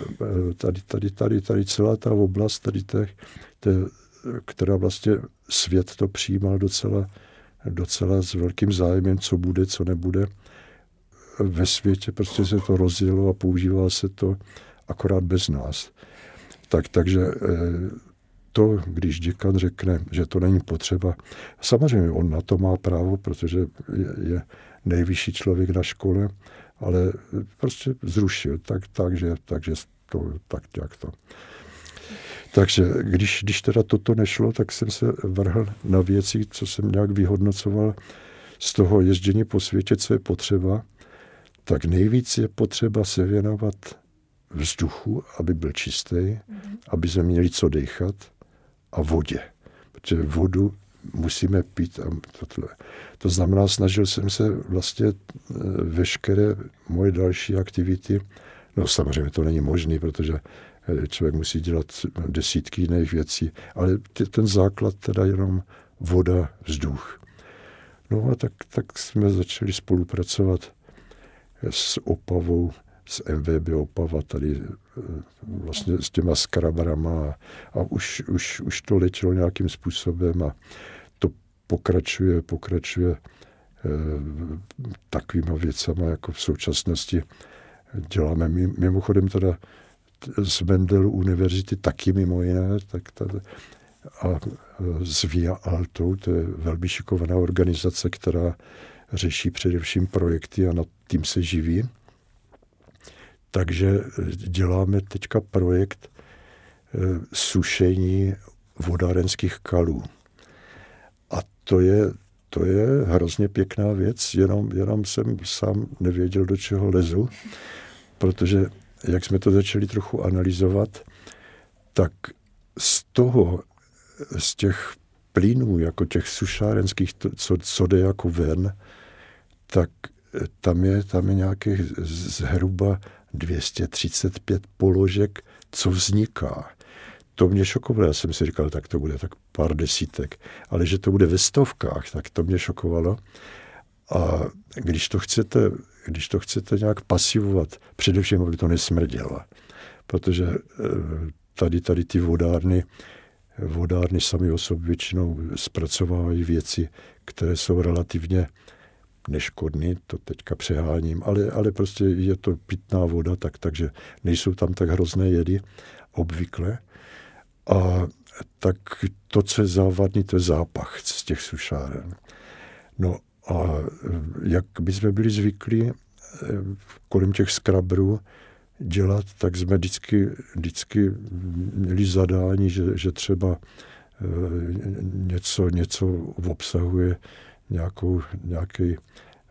A: tady celá ta oblast, která vlastně svět to přijímal docela s velkým zájmem, co bude, co nebude. Ve světě prostě se to rozjelo a používá se to akorát bez nás. Takže to, když děkan řekne, že to není potřeba, samozřejmě on na to má právo, protože je nejvyšší člověk na škole, ale prostě zrušil. Takže to, tak jak to. Takže když teda toto nešlo, tak jsem se vrhl na věci, co jsem nějak vyhodnocoval z toho ježdění po světě, co je potřeba. Tak nejvíc je potřeba se věnovat vzduchu, aby byl čistý, aby jsme měli co dechat, a vodě. Protože vodu musíme pít. A to znamená, snažil jsem se vlastně veškeré moje další aktivity, no samozřejmě to není možné, protože člověk musí dělat desítky jiných věcí, ale ten základ teda jenom voda, vzduch. No a tak jsme začali spolupracovat s Opavou, s MVB Opava, tady vlastně s těma skrabrama a už to letělo nějakým způsobem a to pokračuje takovýma věcama, jako v současnosti děláme. Mimochodem teda z Mendelu univerzity taky mimo jiné, a s Via Altou, to je velmi šikovaná organizace, která řeší především projekty a nad tím se živí. Takže děláme teďka projekt sušení vodárenských kalů. A to je hrozně pěkná věc, jenom jsem sám nevěděl, do čeho lezu, protože jak jsme to začali trochu analyzovat, tak z těch plynů, jako těch sušárenských, co jde jako ven, tak tam je nějakých zhruba 235 položek, co vzniká. To mě šokovalo, já jsem si říkal, tak to bude tak pár desítek, ale že to bude ve stovkách, tak to mě šokovalo. A když to chcete nějak pasivovat, především, aby to nesmrdělo, protože tady ty vodárny sami o sobě většinou zpracovávají věci, které jsou relativně neškodný, to teďka přeháním, ale prostě je to pitná voda, takže nejsou tam tak hrozné jedy obvykle. A tak to, co je závadný, to je zápach z těch sušáren. No a jak by jsme byli zvyklí kolem těch skrabrů dělat, tak jsme vždycky měli zadání, že třeba něco obsahuje nějaký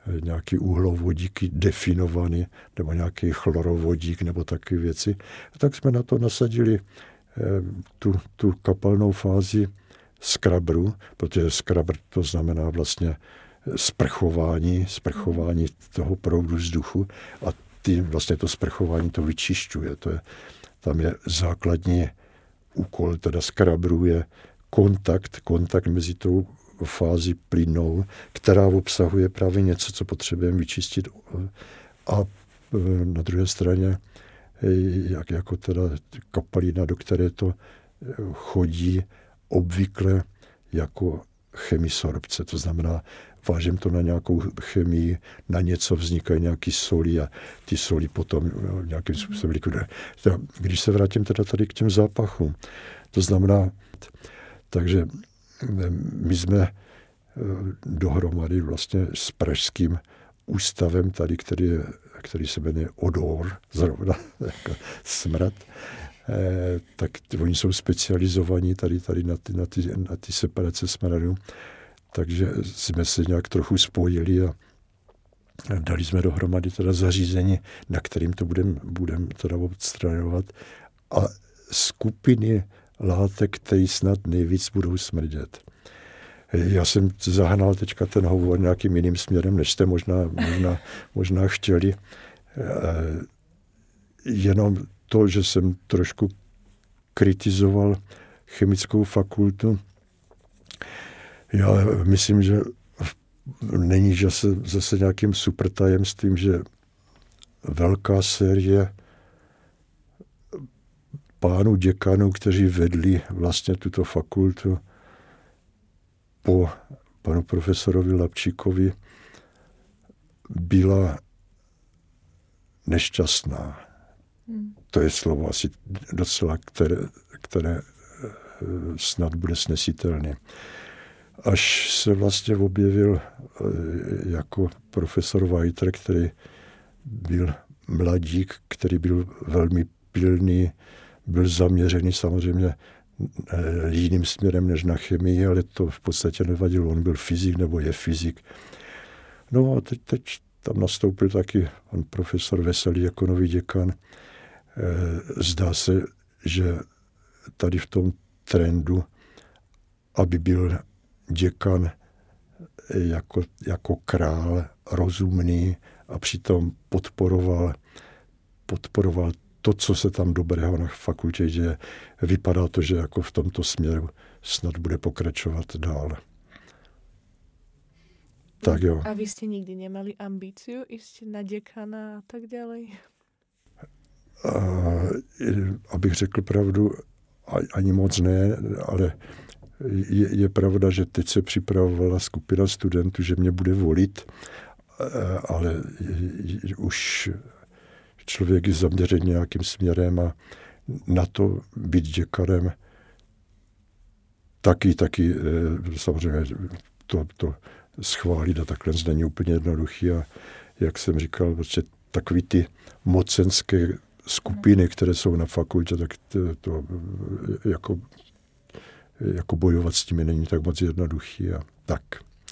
A: nějaký uhlovodíky definovaný, nebo nějaký chlorovodík, nebo takové věci. Tak jsme na to nasadili tu kapalnou fázi skrabru, protože skrabr to znamená vlastně sprchování toho proudu vzduchu a vlastně to sprchování to vyčišťuje. Tam je základní úkol, teda skrabru je kontakt mezi tou fází plynnou, která obsahuje právě něco, co potřebujeme vyčistit. A na druhé straně jako teda kapalina, do které to chodí obvykle jako chemisorbce. To znamená, vážím to na nějakou chemii, na něco vznikají nějaký soli a ty soli potom nějakým způsobem likviduje. Když se vrátím teda tady k těm zápachům, to znamená, takže my jsme dohromady vlastně s pražským ústavem tady, který se jmenuje Odor, zrovna jako smrad, tak oni jsou specializovaní tady na ty separace smradu. Takže jsme se nějak trochu spojili a dali jsme dohromady teda zařízení, na kterým to budem teda odstraňovat. A skupiny látek, které snad nejvíc budou smrdět. Já jsem zahnal teďka ten hovor nějakým jiným směrem, než jste možná chtěli. Jenom to, že jsem trošku kritizoval chemickou fakultu. Já myslím, že není zase nějakým super tajemstvím, že velká série pánů děkanů, kteří vedli vlastně tuto fakultu po panu profesorovi Lapčíkovi, byla nešťastná. To je slovo asi docela, které snad bude snesitelné. Až se vlastně objevil jako profesor Weiter, který byl mladík, který byl velmi pilný, byl zaměřený samozřejmě jiným směrem než na chemii, ale to v podstatě nevadilo. On byl fyzik nebo je fyzik. No a teď tam nastoupil taky pan profesor Veselý jako nový děkan. Zdá se, že tady v tom trendu, aby byl děkan jako král, rozumný a přitom podporoval to, co se tam dobrého na fakultě děje. Vypadá to, že jako v tomto směru snad bude pokračovat dál. Tak jo.
B: A vy jste nikdy nemali ambíciu ísť na děkana a tak dále?
A: Abych řekl pravdu, ani moc ne, ale je pravda, že teď se připravovala skupina studentů, že mě bude volit, ale už člověk je zaměřen nějakým směrem a na to být děkanem taky samozřejmě to schválit a takhle není úplně jednoduchý a jak jsem říkal, prostě takový ty mocenské skupiny, které jsou na fakultě, tak to jako bojovat s tím není tak moc jednoduchý a tak.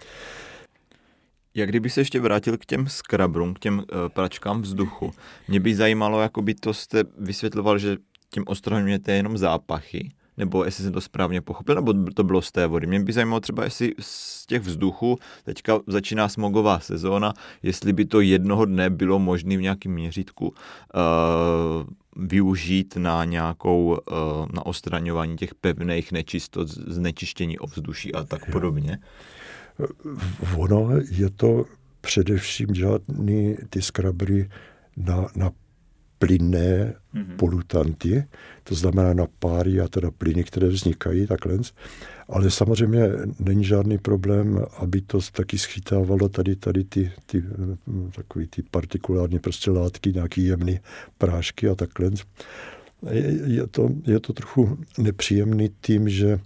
C: Jak kdyby se ještě vrátil k těm skrabrům, k těm pračkám vzduchu. Mě by zajímalo, jakoby to jste vysvětloval, že tím odstraňujete jenom zápachy, nebo jestli jsem to správně pochopil, nebo to bylo z té vody. Mě by zajímalo třeba, jestli z těch vzduchů, teďka začíná smogová sezóna, jestli by to jednoho dne bylo možné v nějakém měřítku využít na na odstraňování těch pevných nečistot, znečištění ovzduší a tak podobně.
A: Ono je to především žádný ty skrabry na plynné polutanty, to znamená na páry a teda plyny, které vznikají takhle. Ale samozřejmě není žádný problém, aby to taky schytávalo tady ty takový ty partikulární prostě látky, nějaký jemný prášky a takhle. Je to trochu nepříjemný tím, že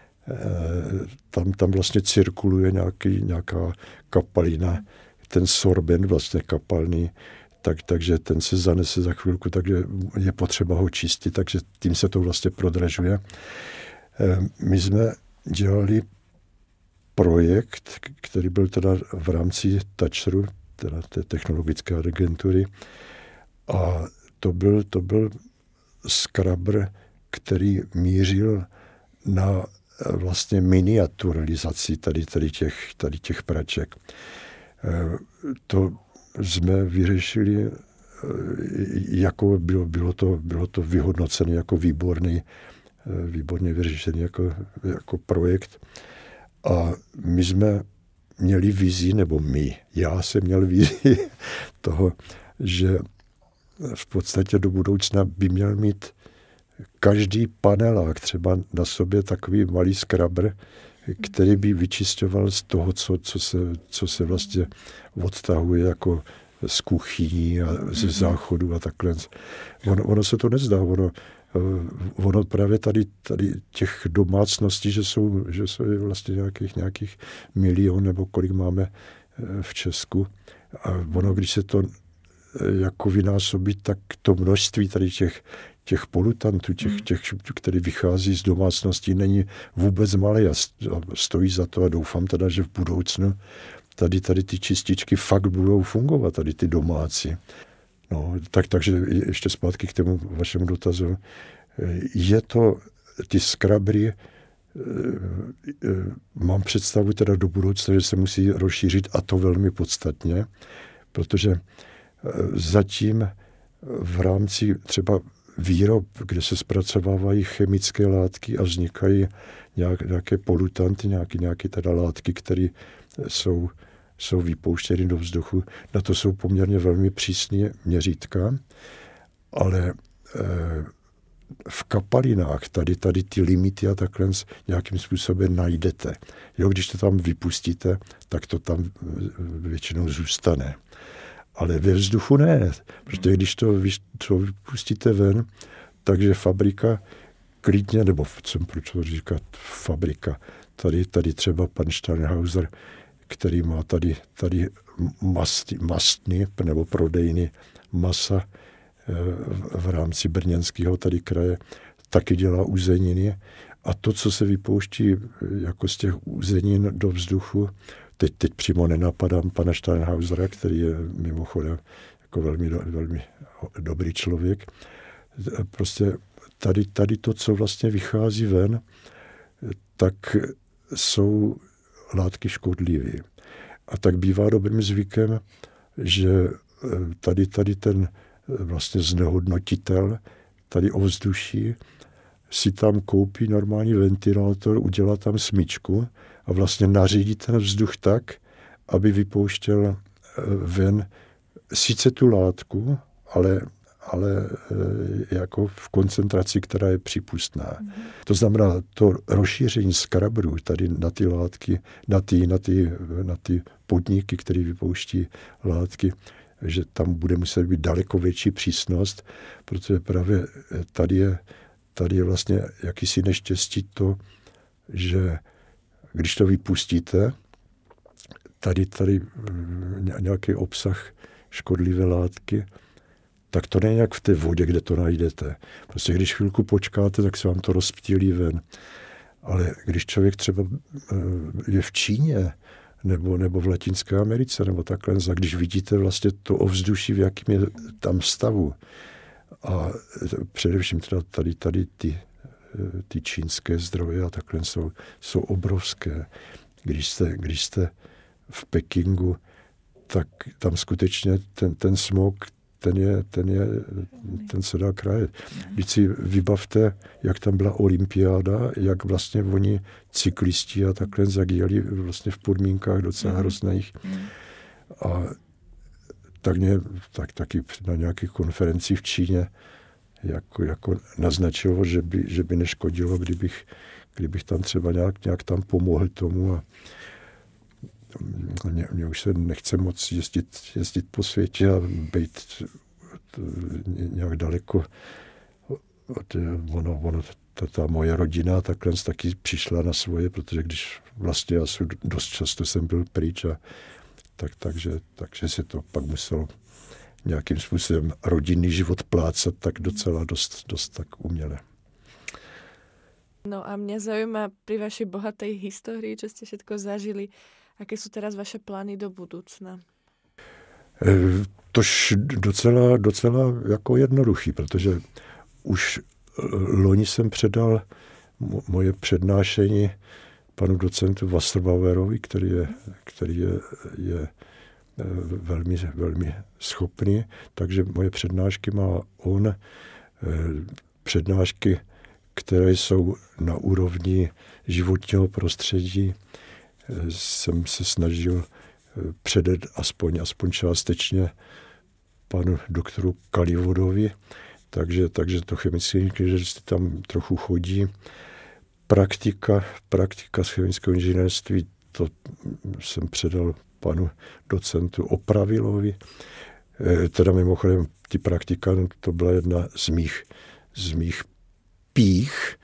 A: tam vlastně cirkuluje nějaká kapalina, ten sorbent vlastně kapalný, takže ten se zanese za chvilku, takže je potřeba ho čistit, takže tím se to vlastně prodražuje. My jsme dělali projekt, který byl teda v rámci TAČRu, teda té technologické agentury. A to byl skrabr, který mířil na vlastně miniaturalizaci tady těch praček. To jsme vyřešili, jako bylo to vyhodnocené jako výborně vyřešený jako projekt. A my jsme měli vizi, já jsem měl vizi toho, že v podstatě do budoucna by měl mít každý panelák třeba na sobě takový malý skrabr, který by vyčišťoval z toho, co se vlastně odtahuje jako z kuchyní a ze záchodu a takhle. Ono se to nezdá, ono právě tady těch domácností, že jsou vlastně nějakých milion nebo kolik máme v Česku. A ono, když se to jako vynásobí, tak to množství tady těch polutantů, který vychází z domácností, není vůbec malé a stojí za to a doufám teda, že v budoucnu tady ty čističky fakt budou fungovat, tady ty domácí. No, takže ještě zpátky k tomu vašemu dotazu. Je to, ty skrabry, mám představu teda do budoucna, že se musí rozšířit a to velmi podstatně, protože zatím v rámci třeba výrob, kde se zpracovávají chemické látky a vznikají nějaké polutanty, nějaké teda látky, které jsou vypouštěny do vzduchu. Na to jsou poměrně velmi přísné měřítka, ale v kapalinách tady ty limity a takhle nějakým způsobem najdete. Jo, když to tam vypustíte, tak to tam většinou zůstane. Ale ve vzduchu ne, protože když to vypustíte ven, takže fabrika klidně, nebo proč to říkat fabrika, tady třeba pan Steinhauser, který má tady mastný nebo prodejny masa v rámci brněnského tady kraje, taky dělá uzeniny. A to, co se vypouští jako z těch uzenin do vzduchu, teď přímo nenapadám pana Steinhausera, který je mimochodem jako velmi dobrý člověk. Prostě tady to, co vlastně vychází ven, tak jsou látky škodlivé. A tak bývá dobrým zvykem, že tady ten vlastně znehodnotitel, tady ovzduší, si tam koupí normální ventilátor, udělá tam smyčku a vlastně nařídí ten vzduch tak, aby vypouštěl ven sice tu látku, ale jako v koncentraci, která je přípustná. To znamená, to rozšíření skrabrů tady na ty látky, na ty podniky, které vypouští látky, že tam bude muset být daleko větší přísnost, protože právě tady je vlastně jakýsi neštěstí to, že když to vypustíte, tady nějaký obsah škodlivé látky, tak to není jak v té vodě, kde to najdete. Prostě když chvilku počkáte, tak se vám to rozptýlí ven. Ale když člověk třeba je v Číně, nebo v Latinské Americe, nebo takhle, a když vidíte vlastně to ovzduší, v jakém je tam stavu, a především teda tady ty čínské zdroje a takhle jsou obrovské. Když jste v Pekingu, tak tam skutečně ten smog, ten se dá krajet. Když si vybavte, jak tam byla olympiáda, jak vlastně oni cyklisti a takhle jak vlastně v podmínkách docela hrozných. A taky na nějaké konferenci v Číně jako naznačilo, že by neškodilo, kdybych tam třeba nějak tam pomohl tomu. A mě už se nechce moc jezdit po světě a být nějak daleko. Ta moje rodina takhle taky přišla na svoje, protože když vlastně asi dost často jsem byl pryč, takže se to pak muselo nějakým způsobem rodinný život plácat tak docela dost tak uměle.
B: No a mňa zaujíma pri vašej bohatej histórii, čo ste všetko zažili, aké sú teraz vaše plány do budoucna?
A: Tož docela jako jednoduchý, protože už loni jsem předal moje přednášení panu docentu Wasserbauerovi, který je velmi, velmi schopný, takže moje přednášky má on, přednášky, které jsou na úrovni životního prostředí, jsem se snažil předat aspoň částečně panu doktoru Kalivodovi, takže to chemické inženýrství tam trochu chodí. Praktika z chemického inženýrství, to jsem předal panu docentu Opravilovi. Teda mimochodem, ty praktika, to byla jedna z mých pých.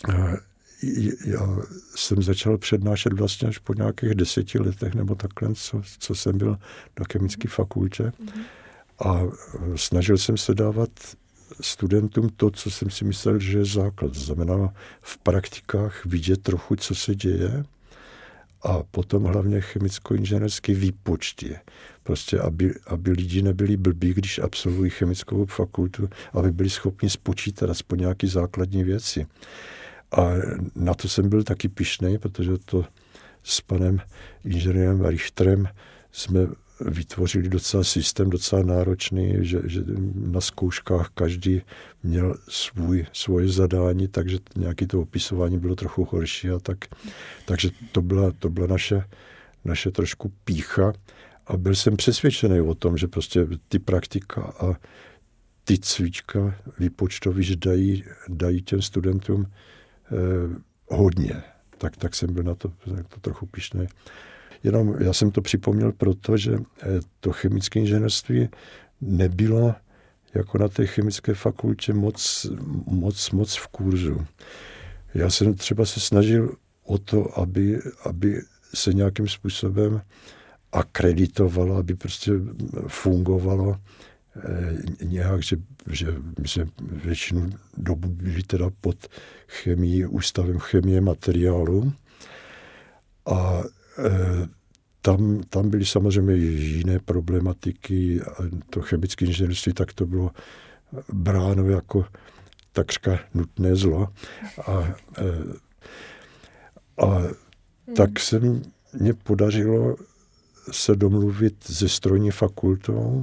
A: Já jsem začal přednášet vlastně až po nějakých 10 letech, nebo takhle, co jsem byl na chemické fakultě. A snažil jsem se dávat studentům to, co jsem si myslel, že je základ. To znamená v praktikách vidět trochu, co se děje, a potom hlavně chemicko-inženýrské výpočty. Prostě, aby lidi nebyli blbí, když absolvují chemickou fakultu, aby byli schopni spočítat aspoň nějaké základní věci. A na to jsem byl taky pyšnej, protože to s panem inženýrem Richterem jsme vytvořili docela systém, docela náročný, že na zkouškách každý měl svoje zadání, takže nějaké to opisování bylo trochu horší a tak. Takže to byla naše trošku pýcha a byl jsem přesvědčený o tom, že prostě ty praktika a ty cvička výpočtoví dají těm studentům hodně. Tak jsem byl na to trochu pyšný. Jenom já jsem to připomněl proto, že to chemické inženýrství nebylo jako na té chemické fakultě moc v kurzu. Já jsem třeba se snažil o to, aby se nějakým způsobem akreditovalo, aby prostě fungovalo nějak, že my jsme většinu dobu byli teda pod ústavem chemie materiálu a tam byly samozřejmě jiné problematiky. To chemické inženýrství, tak to bylo bráno jako takřka nutné zlo. A tak se mně podařilo se domluvit se strojní fakultou,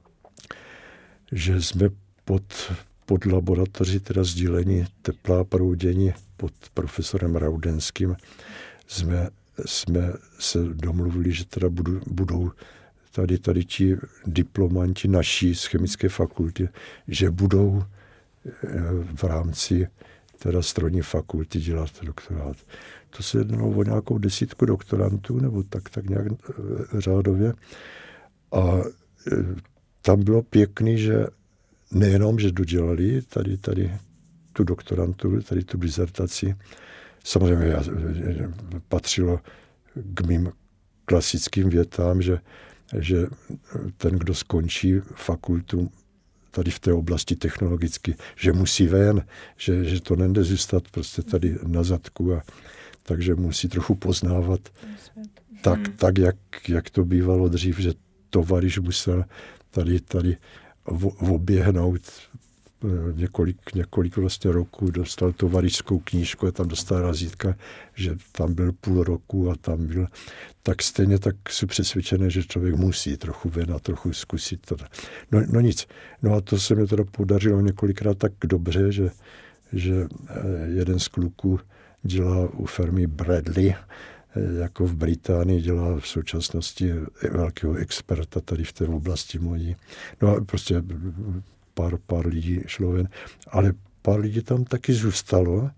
A: že jsme pod laboratoří, teda sdílení tepla a proudění pod profesorem Raudenským, jsme se domluvili, že teda budou tady ti diplomanti naší z chemické fakulty, že budou v rámci teda strojní fakulty dělat doktorát. To se jednalo o nějakou 10 doktorantů, nebo tak nějak řádově. A tam bylo pěkný, že nejenom, že dodělali tady tu doktoranturu, tady tu dizertaci, samozřejmě patřilo k mým klasickým větám, že ten, kdo skončí fakultu tady v té oblasti technologicky, že musí ven, že to nejde zůstat prostě tady na zadku, a takže musí trochu poznávat tak jak to bývalo dřív, že tovaryš musel tady oběhnout několik vlastně roků, dostal tovaryšskou knížku a tam dostal razítka, že tam byl půl roku a tam byl. Tak stejně tak jsem přesvědčený, že člověk musí trochu ven a trochu zkusit to. No nic. No a to se mi teda podařilo několikrát tak dobře, že jeden z kluků dělá u firmy Bradley, jako v Británii, dělá v současnosti velkého experta tady v té oblasti mojí. No a prostě pár lidí šlo ven, ale pár lidí tam taky zůstalo,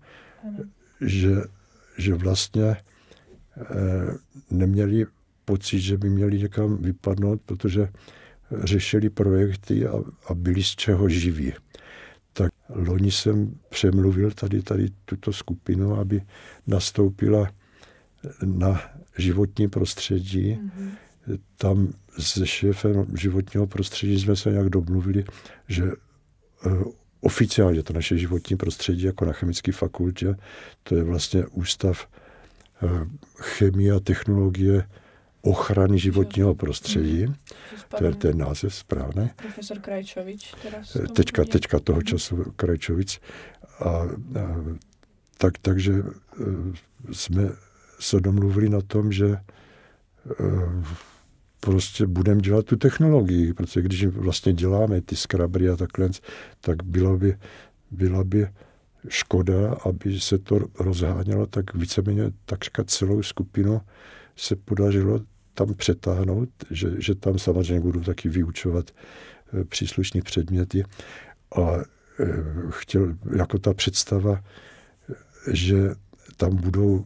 A: že vlastně neměli pocit, že by měli někam vypadnout, protože řešili projekty a byli z čeho živí. Tak loni jsem přemluvil tady tuto skupinu, aby nastoupila na životní prostředí. Tam se šéfem životního prostředí jsme se nějak domluvili, že oficiálně to naše životní prostředí jako na chemické fakultě, to je vlastně ústav chemie a technologie ochrany životního prostředí. To je ten název správný.
B: Profesor Krajčovič.
A: Teďka toho času Krajčovič. Takže jsme se domluvili na tom, že prostě budeme dělat tu technologii, protože když vlastně děláme ty skrabry a takhle, tak byla by škoda, aby se to rozhánělo, tak víceméně takřka celou skupinu se podařilo tam přetáhnout, že tam samozřejmě budu taky vyučovat příslušné předměty a chtěl jako ta představa, že tam budou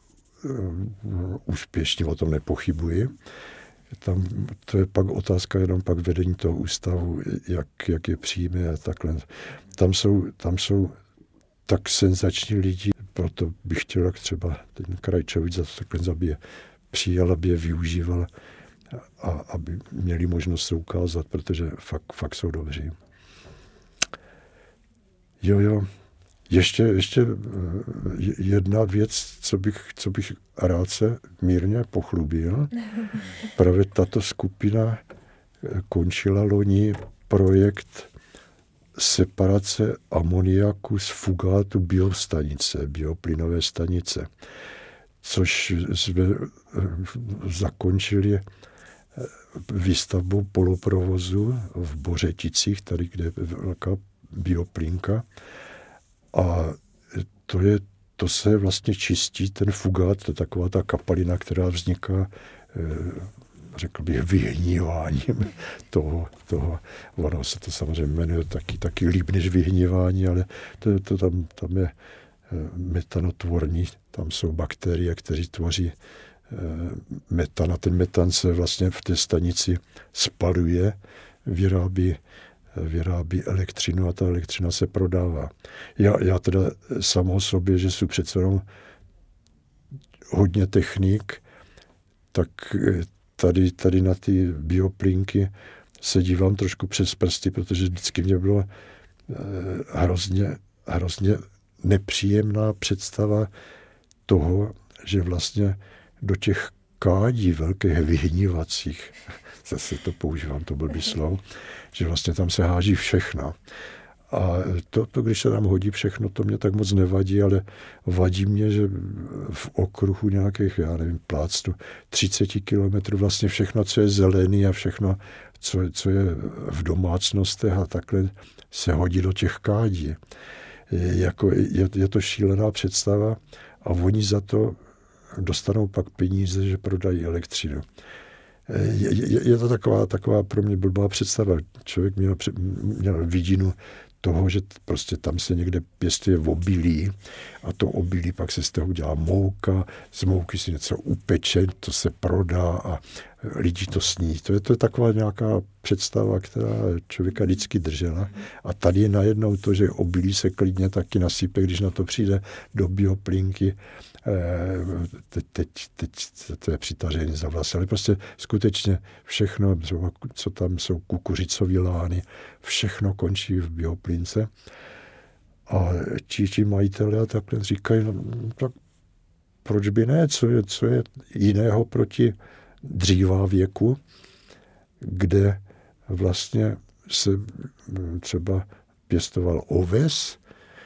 A: úspěšní, o tom nepochybuji. Tam to je pak otázka jenom pak vedení toho ústavu, jak je přijme a takhle. Tam jsou tak senzační lidi, proto bych chtěl, jak třeba ten Krajčovič za to takhle aby je přijal, aby je využíval a aby měli možnost se ukázat, protože fakt jsou dobří. Jo. Ještě jedna věc, co bych rád se mírně pochlubil. Právě tato skupina končila loni projekt separace amoniaku z fugátu bioplynové stanice, což jsme zakončili výstavbou poloprovozu v Bořeticích, tady, kde je velká bioplynka. A to se vlastně čistí, ten fugát, to je taková ta kapalina, která vzniká, řekl bych, vyhníváním toho. Ono se to samozřejmě jmenuje taky líp než vyhnívání, ale tam je metanotvorný, tam jsou bakterie, které tvoří metan a ten metan se vlastně v té stanici spaluje, vyrábí elektřinu a ta elektřina se prodává. Já teda sám o sobě, že jsem přece jenom hodně technik, tak tady na ty bioplynky se dívám trošku přes prsty, protože vždycky mě bylo hrozně nepříjemná představa toho, že vlastně do těch kádí velkých vyhnívacích, zase to používám, to blbý slovo, že vlastně tam se háží všechno. A to, když se tam hodí všechno, to mě tak moc nevadí, ale vadí mě, že v okruhu nějakých, já nevím, pláctu 30 kilometrů vlastně všechno, co je zelený a všechno, co je v domácnostech a takhle se hodí do těch kádí. Je to šílená představa a oni za to dostanou pak peníze, že prodají elektřinu. Je to taková pro mě blbá představa. Člověk měl vidinu toho, že prostě tam se někde pěstuje obilí a to obilí pak se z toho dělá mouka, z mouky si něco upeče, to se prodá a lidi to sní. To je taková nějaká představa, která člověka vždycky držela. A tady je najednou to, že obilí se klidně taky nasype, když na to přijde do bioplynky. Teď to je přitažení za vlasy, ale prostě skutečně všechno, co tam jsou kukuřicové lány, všechno končí v bioplynce. A ti majitelé takhle říkají, no, tak proč by ne, co je jiného proti dřívavěku, kde vlastně se třeba pěstoval oves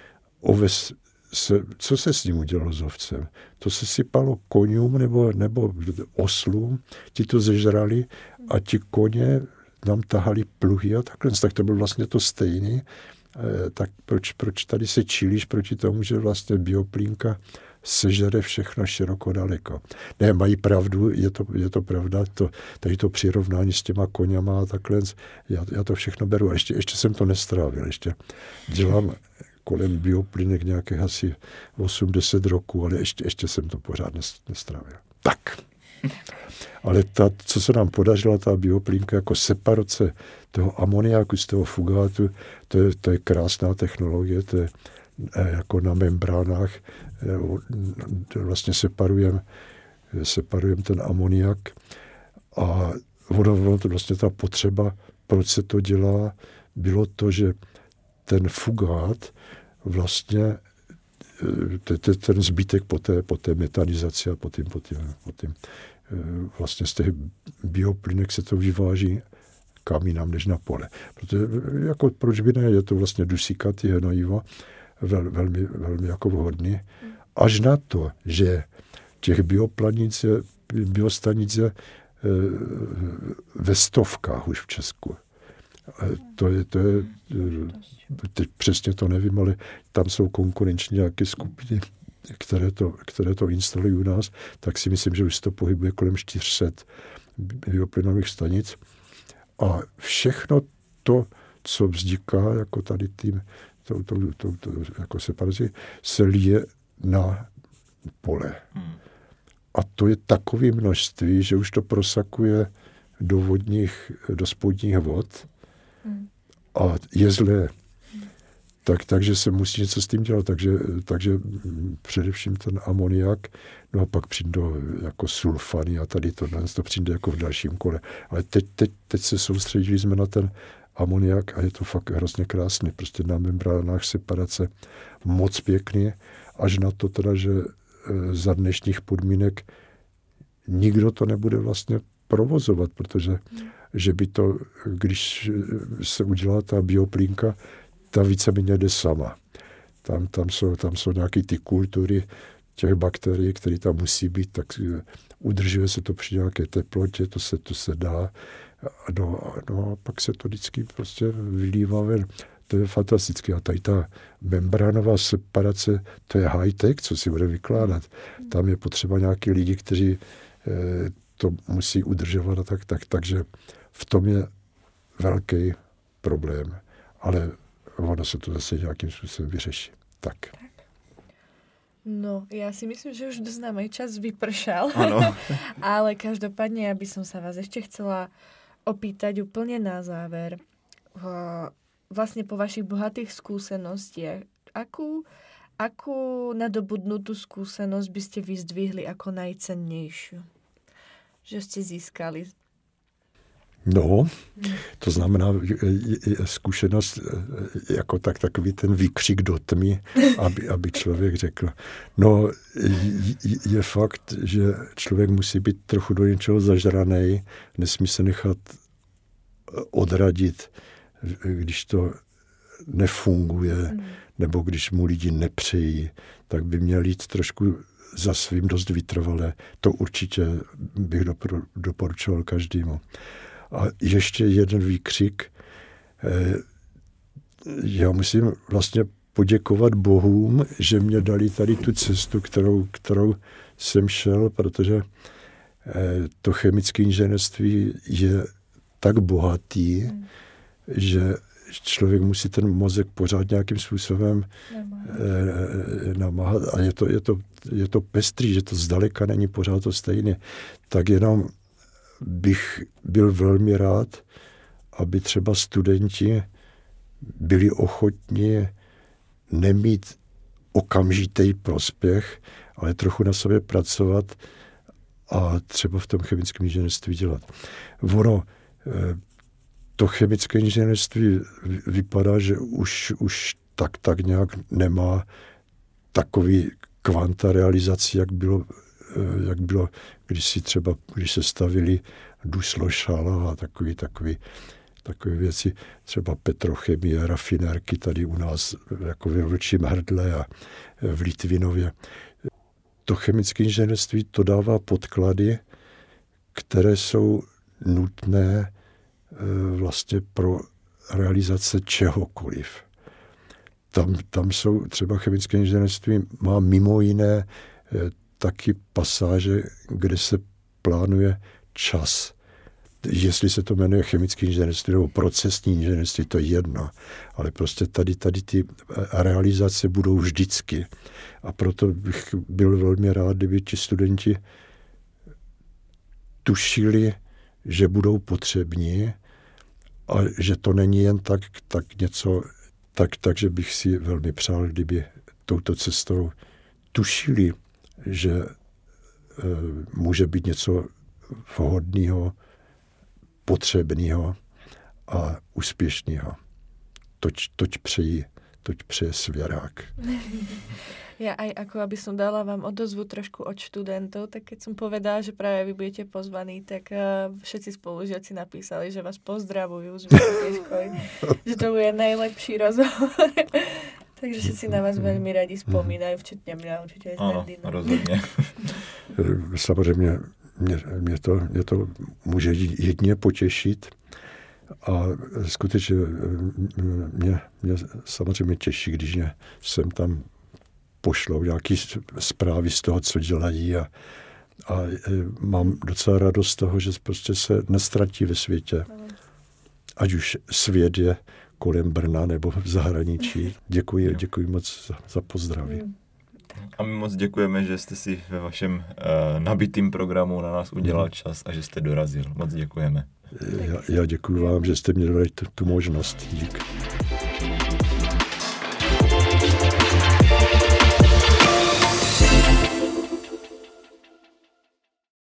A: co se s ním udělalo s ovcem? To se sypalo koňům nebo oslům, ti to zežrali a ti koně nám tahali pluhy a takhle. Tak to bylo vlastně to stejné. Tak proč tady se čilíš proti tomu, že vlastně bioplynka sežere všechno široko daleko. Ne, mají pravdu, je to pravda, tady to přirovnání s těma koněma a takhle, já to všechno beru. A ještě jsem to nestrávil, ještě dělám kolem bioplynek nějakých asi 8-10 roků, ale ještě jsem to pořád nestrávil. Tak. Ale co se nám podařila, ta bioplynka jako separace toho amoniaku z toho fugátu, to je krásná technologie, to je jako na membránách vlastně separujeme ten amoniak a ono to vlastně ta potřeba, proč se to dělá, bylo to, že ten fugát vlastně ten zbytek po té metanizaci a po tím vlastně z těch bioplynek se to vyváží kam jinam než na pole. Protože jako proč by ne, je to vlastně dusíkatý hnojivo, velmi, velmi jako vhodný. Až na to, že těch biostanic je ve stovkách už v Česku. To je teď přesně to nevím, ale tam jsou konkurenční nějaké skupiny, které to instalují u nás, tak si myslím, že už to pohybuje kolem 400 bioplynových stanic. A všechno to, co vzniká jako tady tím, jako separací, se lije na pole. A to je takové množství, že už to prosakuje do spodních vod a je zlé. Takže se musí něco s tím dělat. Takže především ten amoniak, no a pak přijde jako sulfany a tady to přijde jako v dalším kole. Ale teď se soustředili jsme na ten amoniak a je to fakt hrozně krásný. Prostě na membránách separace moc pěkný, až na to teda, že za dnešních podmínek nikdo to nebude vlastně provozovat, protože že by to, když se udělá ta bioplínka, ta víceméně jde sama. Tam jsou nějaké ty kultury těch bakterií, které tam musí být, tak udržuje se to při nějaké teplotě, to se dá. No a pak se to vždycky prostě vylívá ven. To je fantastické. A tady ta membránová separace, to je high-tech, co si bude vykládat. Tam je potřeba nějaký lidi, kteří to musí udržovat a takže v tom je velký problém. Ale ono se to zase nějakým způsobem vyřeší. Tak.
B: No, ja si myslím, že už dosť nám aj čas vypršal.
C: Áno.
B: Ale každopádne, ja by som sa vás ešte chcela opýtať úplne na záver. Vlastne po vašich bohatých skúsenostiach, akú nadobudnutú skúsenosť by ste vyzdvihli ako najcennejšiu? Že ste získali?
A: No, to znamená zkušenost jako takový ten výkřik do tmy, aby člověk řekl. No, je fakt, že člověk musí být trochu do něčeho zažranej, nesmí se nechat odradit, když to nefunguje, nebo když mu lidi nepřejí, tak by měl jít trošku za svým dost vytrvalé. To určitě bych doporučoval každému. A ještě jeden výkřik. Já musím vlastně poděkovat Bohům, že mě dali tady tu cestu, kterou jsem šel, protože to chemické inženýrství je tak bohatý, že člověk musí ten mozek pořád nějakým způsobem namáhat. A je to pestrý, že to zdaleka není pořád to stejné. Tak jenom bych byl velmi rád, aby třeba studenti byli ochotni nemít okamžitý prospěch, ale trochu na sobě pracovat a třeba v tom chemickém inženýrství dělat. Ono, to chemické inženýrství vypadá, že už tak nějak nemá takový kvanta realizací, jak bylo, když se stavili Duslo-Šala a takové věci, třeba petrochemie, rafinérky tady u nás, jako ve Vlčím Hrdle a v Litvinově. To chemické inženýrství to dává podklady, které jsou nutné vlastně pro realizace čehokoliv. Tam jsou třeba chemické inženýrství má mimo jiné taky pasáže, kde se plánuje čas. Jestli se to jmenuje chemické inženýrství nebo procesní inženýrství, to je jedno. Ale prostě tady ty realizace budou vždycky. A proto bych byl velmi rád, kdyby ti studenti tušili, že budou potřební a že to není jen tak něco, takže bych si velmi přál, kdyby touto cestou tušili, že může být něco vhodného, potřebného a úspěšného. toť přeje svěrák.
B: Ja aj ako aby som dala vám odozvu trošku od študentov, tak keď som povedala, že práve vy budete pozvaní, tak všetci spolužiaci napísali, že vás pozdravujú z vysokej školy, že to bude najlepší rozhovor. Takže všetci na vás veľmi radi spomínajú, včetně mňa, určitě aj Ferdinand.
C: Ano, rozhodně.
A: Samozřejmě mě to může jedině potěšit. A skutečně mě samozřejmě těší, když mě sem tam pošlou nějaké zprávy z toho, co dělají a mám docela radost z toho, že prostě se nestratí ve světě. Ať už svět je kolem Brna nebo v zahraničí. Děkuji moc za pozdraví.
C: A my moc děkujeme, že jste si ve vašem nabitým programu na nás udělal čas a že jste dorazil. Moc děkujeme.
A: Já děkuji vám, že jste mě dali tu možnost. Dík.